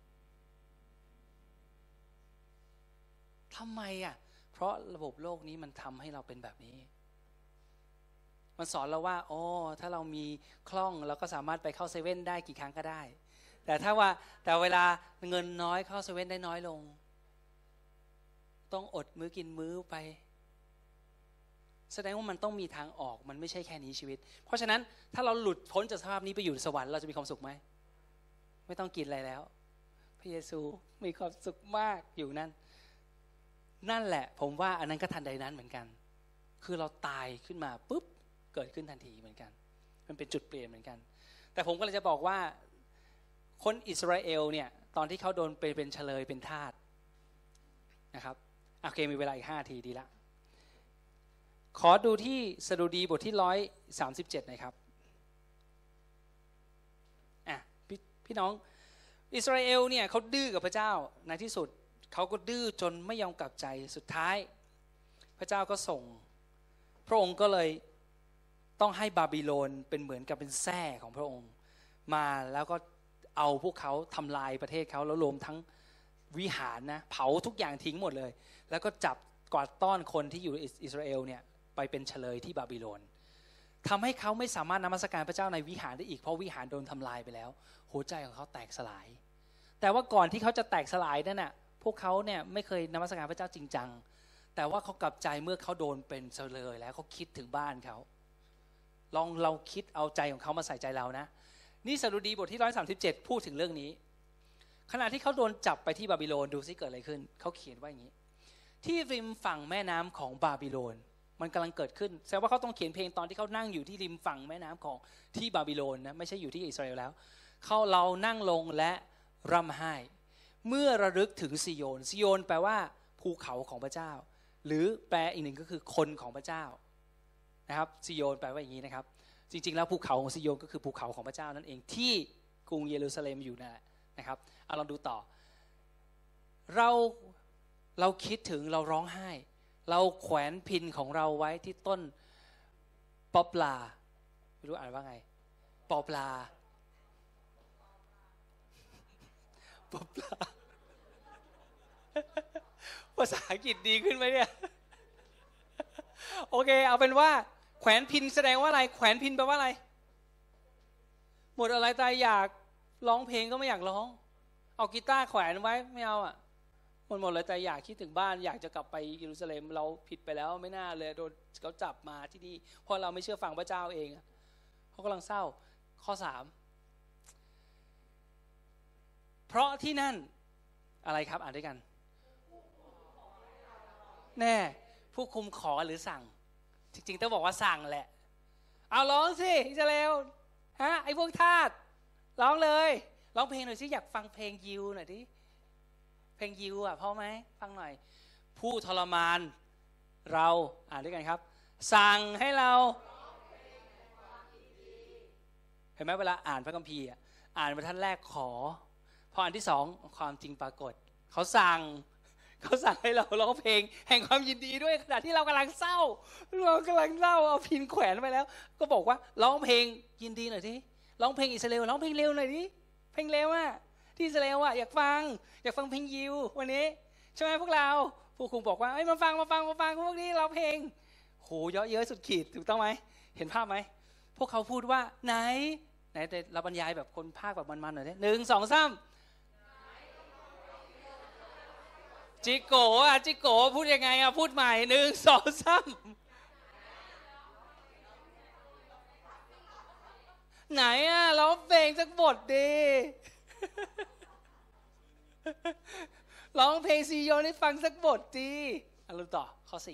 [SPEAKER 1] เพราะระบบโลกนี้มันทำให้เราเป็นแบบนี้มันสอนเราว่าถ้าเรามีคล่องเราก็สามารถไปเข้าเซเว่นได้กี่ครั้งก็ได้แต่เวลาเงินน้อยเข้าเซเว่นได้น้อยลงต้องอดมื้อกินมื้อไปแสดงว่ามันต้องมีทางออกมันไม่ใช่แค่นี้ชีวิตเพราะฉะนั้นถ้าเราหลุดพ้นจากสภาพนี้ไปอยู่สวรรค์เราจะมีความสุขไหมไม่ต้องกินอะไรแล้วพระเยซูมีความสุขมากอยู่นั่นแหละผมว่าอันนั้นก็ทันใดนั้นเหมือนกันคือเราตายขึ้นมาปุ๊บเกิดขึ้นทันทีเหมือนกันมันเป็นจุดเปลี่ยนเหมือนกันแต่ผมก็เลยจะบอกว่าคนอิสราเอลเนี่ยตอนที่เขาโดนเป็นเฉลยเป็นทาสนะครับโอเคมีเวลาอีก5 นาทีดีละขอดูที่สดุดีบทที่137นะครับพี่น้องอิสราเอลเนี่ยเขาดื้อกับพระเจ้าในที่สุดเขาก็ดื้อจนไม่ยอมกลับใจสุดท้ายพระเจ้าก็ส่งพระองค์ก็เลยต้องให้บาบิโลนเป็นเหมือนกับเป็นแส้ของพระองค์มาแล้วก็เอาพวกเขาทำลายประเทศเขาแล้วรวมทั้งวิหารนะเผาทุกอย่างทิ้งหมดเลยแล้วก็จับกวาดต้อนคนที่อยู่อิสราเอลเนี่ยไปเป็นเฉลยที่บาบิโลนทำให้เขาไม่สามารถนมัสการพระเจ้าในวิหารได้อีกเพราะวิหารโดนทำลายไปแล้วหัวใจของเขาแตกสลายแต่ว่าก่อนที่เขาจะแตกสลายนั่นน่ะพวกเขาเนี่ยไม่เคยนมัสการพระเจ้าจริงจังแต่ว่าเขากลับใจเมื่อเขาโดนเป็นเฉลยแล้วเขาคิดถึงบ้านเขาลองเราคิดเอาใจของเขามาใส่ใจเรานะนี่สดุดีบทที่137พูดถึงเรื่องนี้ขณะที่เขาโดนจับไปที่บาบิโลนดูซิเกิดอะไรขึ้นเขาเขียนว่าอย่างนี้ที่ริมฝั่งแม่น้ำของบาบิโลนมันกำลังเกิดขึ้นแสดงว่าเขาต้องเขียนเพลงตอนที่เขานั่งอยู่ที่ริมฝั่งแม่น้ำของที่บาบิโลนนะไม่ใช่อยู่ที่อิสราเอลแล้วเรานั่งลงและร่ำไห้เมื่อระลึกถึงซิโยนแปลว่าภูเขาของพระเจ้าหรือแปลอีกหนึ่งก็คือคนของพระเจ้านะครับซิโยนแปลว่าอย่างนี้นะครับจริงๆแล้วภูเขาของซิโยนก็คือภูเขาของพระเจ้านั่นเองที่กรุงเยรูซาเล็มอยู่นั่นแหละนะครับเอาลองดูต่อเราคิดถึงเราร้องไห้เราแขวนพินของเราไว้ที่ต้นป๊อปลาไม่รู้อ่านว่าไงป๊อปลาภาษาอังกฤษดีขึ้นไหมเนี่ยโอเคเอาเป็นว่าแขวนพินแสดงว่าอะไรแขวนพินแปลว่าอะไรหมดอะไรตายอยากร้องเพลงก็ไม่อยากร้องเอากีตาร์แขวนไว้ไม่เอาอ่ะหมดเลยแต่อยากคิดถึงบ้านอยากจะกลับไปเยรูซาเล็มเราผิดไปแล้วไม่น่าเลยโดนเขาจับมาที่นี่เพราะเราไม่เชื่อฟังพระเจ้าเองเขากำลังเศร้าข้อ3เพราะที่นั่นอะไรครับอ่านด้วยกันแน่ผู้คุมขอหรือสั่งจริงๆต้องบอกว่าสั่งแหละเอาร้องสิอิสราเอลฮะไอ้พวกทาสร้องเลยร้องเพลงหน่อยสิอยากฟังเพลงยิวหน่อยดิเพลงยิวอ่ะพอไหมฟังหน่อยผู้ทรมานเราอ่านด้วยกันครับสั่งให้เราเห็นไหมเวลาอ่านพระคัมภีร์อ่านบรรทัดแรกขอพออันที่2ความจริงปรากฏเขาสั่งให้เราร้องเพลงแห่งความยินดีด้วยขณะที่เรากำลังเศร้าเอาพินแขวนไปแล้วก็บอกว่าร้องเพลงยินดีหน่อยดิร้องเพลงอิสราเอลร้องเพลงเร็วหน่อยดิเพลงเร็วอ่ะที่อิสราเอลอ่ะอยากฟังเพลงยิววันนี้ใช่ไหมพวกเราผู้คุมบอกว่ามาฟังพวกนี้ร้องเพลงโหเยอะเย้ยสุดขีดถูกต้องไหมเห็นภาพไหมพวกเขาพูดว่าไหนแต่เราบรรยายแบบคนภาคแบบมันๆหน่อยดิ1 2 3จิโกพูดยังไงพูดใหม่1 2 3ไหนร้องเพลงสักบทดีร้องเพลงซีโยนให้ฟังสักบทดีลุ้นต่อข้อ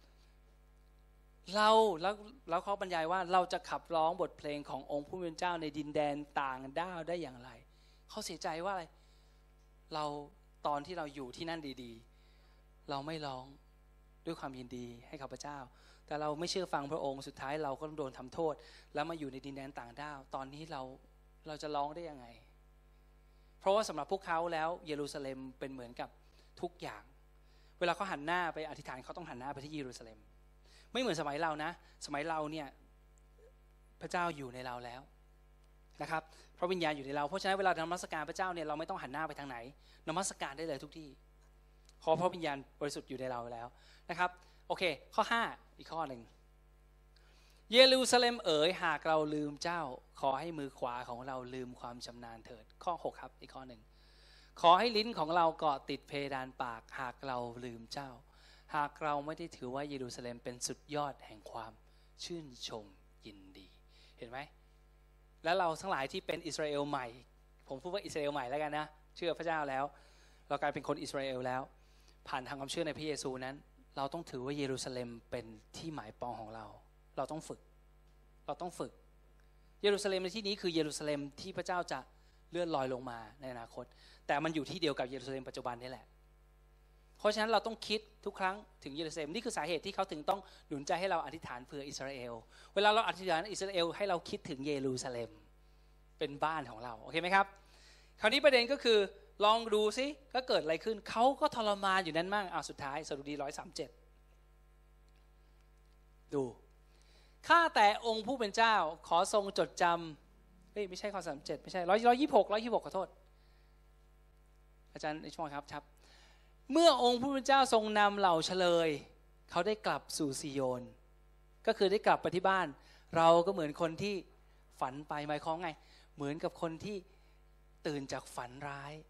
[SPEAKER 1] 4แล้วเขาบรรยายว่าเราจะขับร้องบทเพลงขององค์ผู้เป็นเจ้าในดินแดนต่างด้าวได้อย่างไรเขาเสียใจว่าอะไรเราตอนที่เราอยู่ที่นั่นดีๆเราไม่ร้องด้วยความยินดีให้ข้าพเจ้าแต่เราไม่เชื่อฟังพระองค์สุดท้ายเราก็โดนทำโทษแล้วมาอยู่ในดินแดนต่างด้าวตอนนี้เราจะร้องได้ยังไงเพราะว่าสำหรับพวกเขาแล้วเยรูซาเล็มเป็นเหมือนกับทุกอย่างเวลาเขาหันหน้าไปอธิษฐานเขาต้องหันหน้าไปที่เยรูซาเล็มไม่เหมือนสมัยเรานะสมัยเราเนี่ยพระเจ้าอยู่ในเราแล้วนะครับพระวิญญาณอยู่ในเราเพราะฉะนั้นเวลานมัสการพระเจ้าเนี่ยเราไม่ต้องหันหน้าไปทางไหนนมัสการได้เลยทุกที่เพราะพระวิญญาณบริสุทธิ์อยู่ในเราแล้วนะครับโอเคข้อ5อีกข้อหนึ่งเยรูซาเล็มเอ๋ยหากเราลืมเจ้าขอให้มือขวาของเราลืมความชำนาญเถิดข้อ6ครับอีกข้อหนึ่งขอให้ลิ้นของเราเกาะติดเพดานปากหากเราลืมเจ้าหากเราไม่ได้ถือว่าเยรูซาเล็มเป็นสุดยอดแห่งความชื่นชมยินดีเห็นไหมแล้วเราทั้งหลายที่เป็นอิสราเอลใหม่ผมพูดว่าอิสราเอลใหม่แล้วกันนะเชื่อพระเจ้าแล้วเรากลายเป็นคนอิสราเอลแล้วผ่านทางความเชื่อในพระเยซูนั้นเราต้องถือว่าเยรูซาเล็มเป็นที่หมายปองของเราต้องฝึกเยรูซาเล็มในที่นี้คือเยรูซาเล็มที่พระเจ้าจะเลื่อนลอยลงมาในอนาคตแต่มันอยู่ที่เดียวกับเยรูซาเล็มปัจจุบันนี่แหละเพราะฉะนั้นเราต้องคิดทุกครั้งถึงเยรูซาเล็มนี่คือสาเหตุที่เขาถึงต้องหนุนใจให้เราอธิษฐานเพื่ออิสราเอลเวลาเราอธิษฐานอิสราเอลให้เราคิดถึงเยรูซาเล็มเป็นบ้านของเราโอเคไหมครับคราวนี้ประเด็นก็คือลองดูซิก็เกิดอะไรขึ้นเขาก็ทรมานอยู่นั้นมั่งสุดท้ายสดุดี137ดูข้าแต่องค์ผู้เป็นเจ้าขอทรงจดจำไม่ใช่ข้อ37ไม่ใช่126ขอโทษอาจารย์นิชมอนครับเมื่อองค์ผู้เป็นเจ้าทรงนำเหล่าเฉลยเขาได้กลับสู่ซิโยนก็คือได้กลับไปที่บ้านเราก็เหมือนคนที่ฝันไปหมายความไงเหมือนกับคนที่ตื่นจากฝันร้าย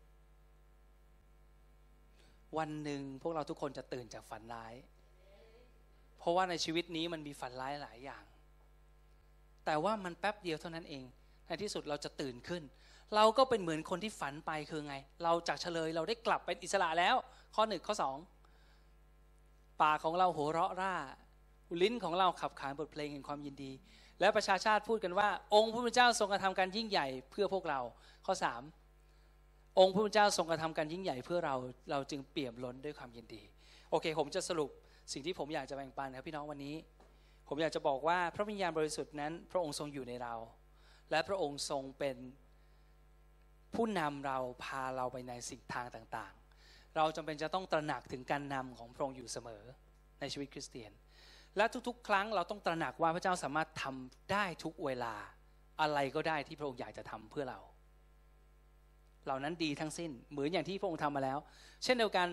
[SPEAKER 1] วันหนึ่งพวกเราทุกคนจะตื่นจากฝันร้ายเพราะว่าในชีวิตนี้มันมีฝันร้ายหลายอย่างแต่ว่ามันแป๊บเดียวเท่านั้นเองในที่สุดเราจะตื่นขึ้นเราก็เป็นเหมือนคนที่ฝันไปคือไงเราจากเฉลยเราได้กลับเป็นอิสระแล้วข้อ1ข้อ2ปากของเราโห่เราะร่าลิ้นของเราขับขานบทเพลงแห่งความยินดีและประชาชาติพูดกันว่าองค์พระผู้เป็นเจ้าทรงกระทำการยิ่งใหญ่เพื่อพวกเราข้อ3องค์พระผู้เป็นเจ้าทรงกระทำการยิ่งใหญ่เพื่อเราจึงเปี่ยมล้นด้วยความยินดีโอเคผมจะสรุปสิ่งที่ผมอยากจะแบ่งปันครับพี่น้องวันนี้ผมอยากจะบอกว่าพระวิญญาณบริสุทธิ์นั้นพระองค์ทรงอยู่ในเราและพระองค์ทรงเป็นผู้นำเราพาเราไปในสิ่งทางต่างๆเราจำเป็นจะต้องตระหนักถึงการนำของพระองค์อยู่เสมอในชีวิตคริสเตียนและทุกๆครั้งเราต้องตระหนักว่าพระเจ้าสามารถทำได้ทุกเวลาอะไรก็ได้ที่พระองค์อยากจะทำเพื่อเราเหล่านั้นดีทั้งสิ้นเหมือนอย่างที่พระองค์ทำมาแล้วเช่นเดียวกัน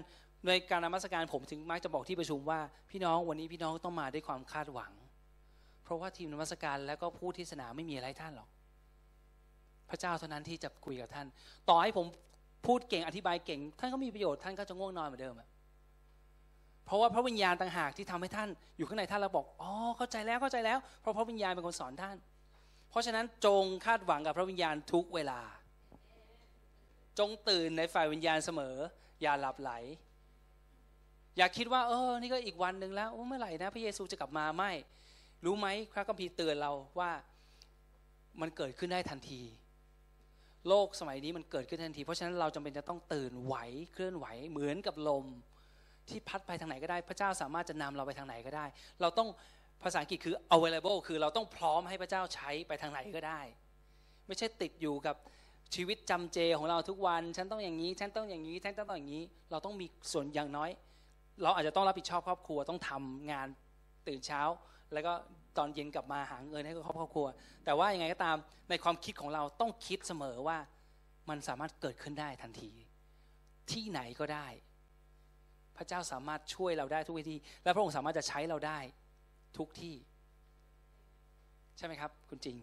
[SPEAKER 1] ในการนมัสการผมถึงมักจะบอกที่ประชุมว่าพี่น้องวันนี้พี่น้องต้องมาด้วยความคาดหวังเพราะว่าทีมนมัสการแล้วก็ผู้ที่สนามไม่มีอะไรท่านหรอกพระเจ้าเท่านั้นที่จะคุยกับท่านต่อให้ผมพูดเก่งอธิบายเก่งท่านก็มีประโยชน์ท่านก็จะง่วงนอนเหมือนเดิมเพราะว่าพระวิญญาณต่างหากที่ทำให้ท่านอยู่ข้างในท่านแล้วบอกอ๋อเข้าใจแล้วเพราะพระวิญญาณเป็นคนสอนท่านเพราะฉะนั้นจงคาดหวังกับพระวิญญาณทุกเวลาจงตื่นในฝ่ายวิญญาณเสมออย่าหลับไหลอย่าคิดว่านี่ก็อีกวันนึงแล้วเมื่อไหร่นะพระเยซูจะกลับมาไม่รู้ไหมพระคัมภีร์เตือนเราว่ามันเกิดขึ้นได้ทันทีโลกสมัยนี้มันเกิดขึ้นทันทีเพราะฉะนั้นเราจำเป็นจะต้องตื่นไหวเคลื่อนไหวเหมือนกับลมที่พัดไปทางไหนก็ได้พระเจ้าสามารถจะนำเราไปทางไหนก็ได้เราต้องภาษาอังกฤษคือ available คือเราต้องพร้อมให้พระเจ้าใช้ไปทางไหนก็ได้ไม่ใช่ติดอยู่กับชีวิตจำเจของเราทุกวันฉันต้องอย่างนี้ฉันต้องอย่างนี้ฉันต้องอย่างนี้เราต้องมีส่วนอย่างน้อยเราอาจจะต้องรับผิดชอบครอบครัวต้องทำงานตื่นเช้าแล้วก็ตอนเย็นกลับมาหาเงินให้ครอบครัวแต่ว่ายังไงก็ตามในความคิดของเราต้องคิดเสมอว่ามันสามารถเกิดขึ้นได้ทันทีที่ไหนก็ได้พระเจ้าสามารถช่วยเราได้ทุกที่และพระองค์สามารถจะใช้เราได้ทุกที่ใช่ไหมครับคุณจริง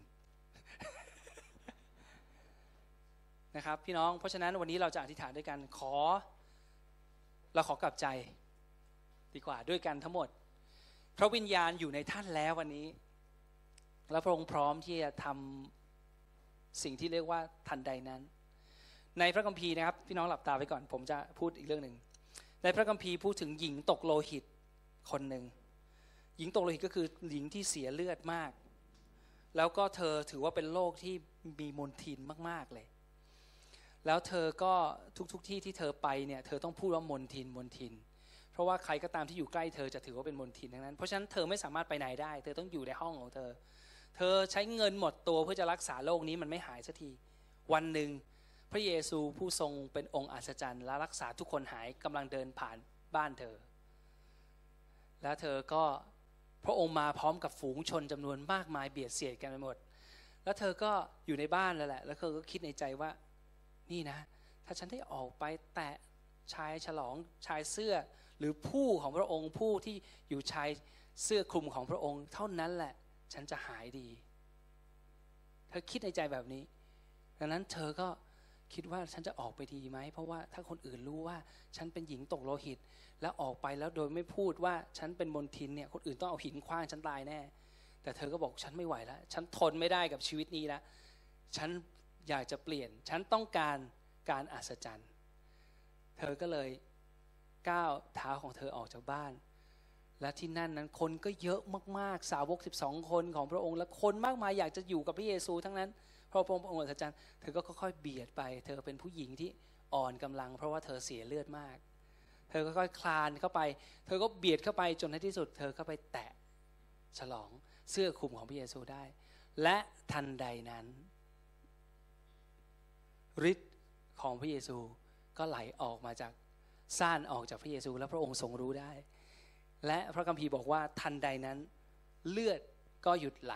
[SPEAKER 1] นะครับพี่น้องเพราะฉะนั้นวันนี้เราจะอธิษฐานด้วยกันเราขอกลับใจดีกว่าด้วยกันทั้งหมดพระวิญญาณอยู่ในท่านแล้ววันนี้และพระองค์พร้อมที่จะทำสิ่งที่เรียกว่าทันใดนั้นในพระคัมภีร์นะครับพี่น้องหลับตาไว้ก่อนผมจะพูดอีกเรื่องหนึ่งในพระคัมภีร์พูดถึงหญิงตกโลหิตคนหนึ่งหญิงตกโลหิตก็คือหญิงที่เสียเลือดมากแล้วก็เธอถือว่าเป็นโรคที่มีมลทินมากๆเลยแล้วเธอก็ทุกที่ที่เธอไปเนี่ยเธอต้องพูดว่ามลทินเพราะว่าใครก็ตามที่อยู่ใกล้เธอจะถือว่าเป็นมลทินทั้งนั้นเพราะฉะนั้นเธอไม่สามารถไปไหนได้เธอต้องอยู่ในห้องของเธอใช้เงินหมดตัวเพื่อจะรักษาโรคนี้มันไม่หายสักทีวันหนึ่งพระเยซูผู้ทรงเป็นองค์อัศจรรย์และรักษาทุกคนหายกำลังเดินผ่านบ้านเธอแล้วเธอก็พระองค์มาพร้อมกับฝูงชนจำนวนมากมายเบียดเสียดกันไปหมดแล้วเธอก็อยู่ในบ้านแล้วแหละแล้วเธอก็คิดในใจว่านี่นะถ้าฉันได้ออกไปแตะชายฉลองชายเสื้อหรือผู้ของพระองค์ผู้ที่อยู่ชายเสื้อคลุมของพระองค์เท่านั้นแหละฉันจะหายดีเธอคิดในใจแบบนี้ดังนั้นเธอก็คิดว่าฉันจะออกไปดีไหมเพราะว่าถ้าคนอื่นรู้ว่าฉันเป็นหญิงตกโลหิตแล้วออกไปแล้วโดยไม่พูดว่าฉันเป็นมลทินเนี่ยคนอื่นต้องเอาหินขว้างฉันตายแน่แต่เธอก็บอกฉันไม่ไหวแล้วฉันทนไม่ได้กับชีวิตนี้แล้วฉันอยากจะเปลี่ยนฉันต้องการอัศจรรย์เธอก็เลยก้าวเท้าของเธอออกจากบ้านและที่นั่นนั้นคนก็เยอะมากๆสาวก12คนของพระองค์และคนมากมายอยากจะอยู่กับพระเยซูทั้งนั้นเพราะพระองค์อัศจรรย์เธอก็ค่อยๆเบียดไปเธอเป็นผู้หญิงที่อ่อนกำลังเพราะว่าเธอเสียเลือดมากเธอก็ค่อยคลานเข้าไปเธอก็เบียดเข้าไปจนในที่สุดเธอก็ไปแตะฉลองเสื้อคลุมของพระเยซูได้และทันใดนั้นฤทธิ์ของพระเยซูก็ไหลออกมาจากซ่านออกจากพระเยซูและพระองค์ทรงรู้ได้และพระคัมภีร์บอกว่าทันใดนั้นเลือดก็หยุดไหล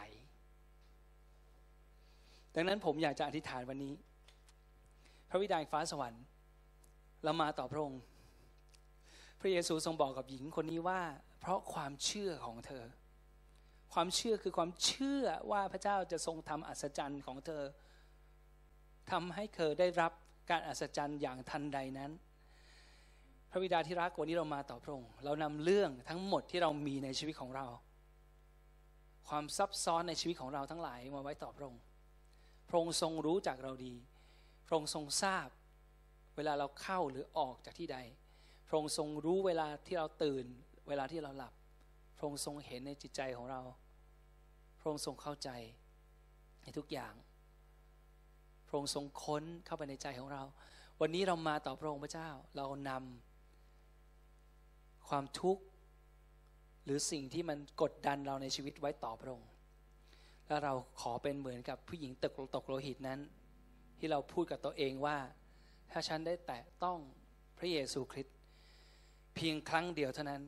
[SPEAKER 1] ดังนั้นผมอยากจะอธิษฐานวันนี้พระบิดาแห่งฟ้าสวรรค์เรามาต่อพระองค์พระเยซูทรงบอกกับหญิงคนนี้ว่าเพราะความเชื่อของเธอความเชื่อคือความเชื่อว่าพระเจ้าจะทรงทำอัศจรรย์ของเธอทำให้เธอได้รับการอัศจรรย์อย่างทันใดนั้นพระบิดาที่รักวันนี้เรามาต่อพระองค์เรานำเรื่องทั้งหมดที่เรามีในชีวิตของเราความซับซ้อนในชีวิตของเราทั้งหลายมาไว้ต่อพระองค์พระองค์ทรงรู้จักเราดีพระองค์ทรงทราบเวลาเราเข้าหรือออกจากที่ใดพระองค์ทรงรู้เวลาที่เราตื่นเวลาที่เราหลับพระองค์ทรงเห็นในจิตใจของเราพระองค์ทรงเข้าใจในทุกอย่างพระองค์ทรงค้นเข้าไปในใจของเราวันนี้เรามาต่อพระองค์พระเจ้าเรานำความทุกข์หรือสิ่งที่มันกดดันเราในชีวิตไว้ต่อพระองค์แล้วเราขอเป็นเหมือนกับผู้หญิงตกโลหิตนั้นที่เราพูดกับตัวเองว่าถ้าฉันได้แตะต้องพระเยซูคริสต์เพียงครั้งเดียวเท่านั้น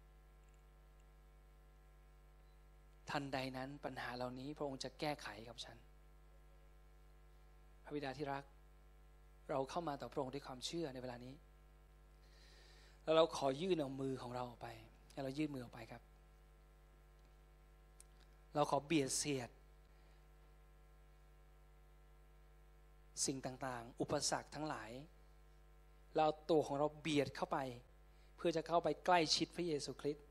[SPEAKER 1] ทันใดนั้นปัญหาเหล่านี้พระองค์จะแก้ไขกับฉันพระบิดาที่รักเราเข้ามาต่อพระองค์ด้วยความเชื่อในเวลานี้แล้วเราขอยื่นเอามือของเราออกไปให้เรายื่นมือออกไปครับเราขอเบียดเสียดสิ่งต่างๆอุปสรรคทั้งหลายเราตัวของเราเบียดเข้าไปเพื่อจะเข้าไปใกล้ชิดพระเยซูคริสต์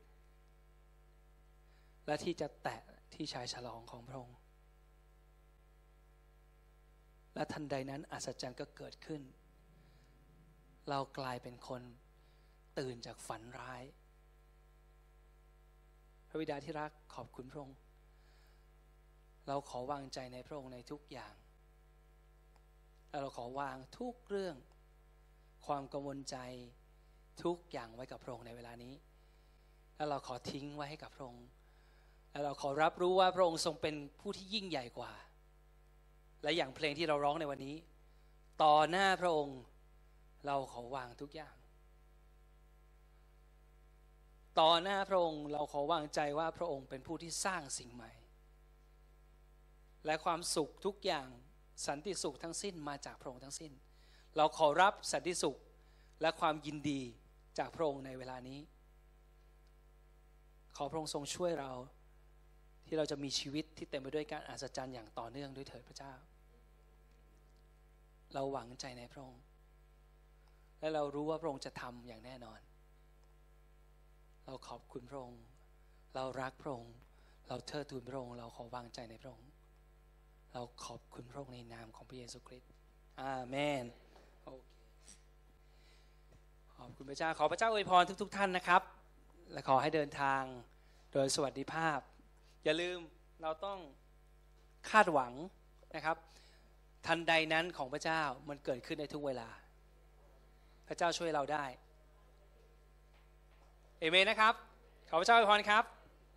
[SPEAKER 1] และที่จะแตะที่ชายฉลองของพระองค์และทันใดนั้นอัศจรรย์ก็เกิดขึ้นเรากลายเป็นคนตื่นจากฝันร้ายพระบิดาที่รักขอบคุณพระองค์เราขอวางใจในพระองค์ในทุกอย่างและเราขอวางทุกเรื่องความกังวลใจทุกอย่างไว้กับพระองค์ในเวลานี้และเราขอทิ้งไว้ให้กับพระองค์และเราขอรับรู้ว่าพระองค์ทรงเป็นผู้ที่ยิ่งใหญ่กว่าและอย่างเพลงที่เราร้องในวันนี้ต่อหน้าพระองค์เราขอวางทุกอย่างต่อหน้าพระองค์เราขอวางใจว่าพระองค์เป็นผู้ที่สร้างสิ่งใหม่และความสุขทุกอย่างสันติสุขทั้งสิ้นมาจากพระองค์ทั้งสิ้นเราขอรับสันติสุขและความยินดีจากพระองค์ในเวลานี้ขอพระองค์ทรงช่วยเราที่เราจะมีชีวิตที่เต็มไปด้วยการอัศจรรย์อย่างต่อเนื่องด้วยเถิดพระเจ้าเราหวังใจในพระองค์และเรารู้ว่าพระองค์จะทำอย่างแน่นอนเราขอบคุณพระองค์เรารักพระองค์เราเทิดทูนพระองค์เราขอวางใจในพระองค์เราขอบคุณพระองค์ในนามของพระเยซูคริสต์อาเมนขอบคุณพระเจ้าขอพระเจ้าอวยพรทุกท่านนะครับและขอให้เดินทางโดยสวัสดิภาพอย่าลืมเราต้องคาดหวังนะครับทันใดนั้นของพระเจ้ามันเกิดขึ้นในทุกเวลาพระเจ้าช่วยเราได้เอเมนนะครับขอพระเจ้าอวยพรครับ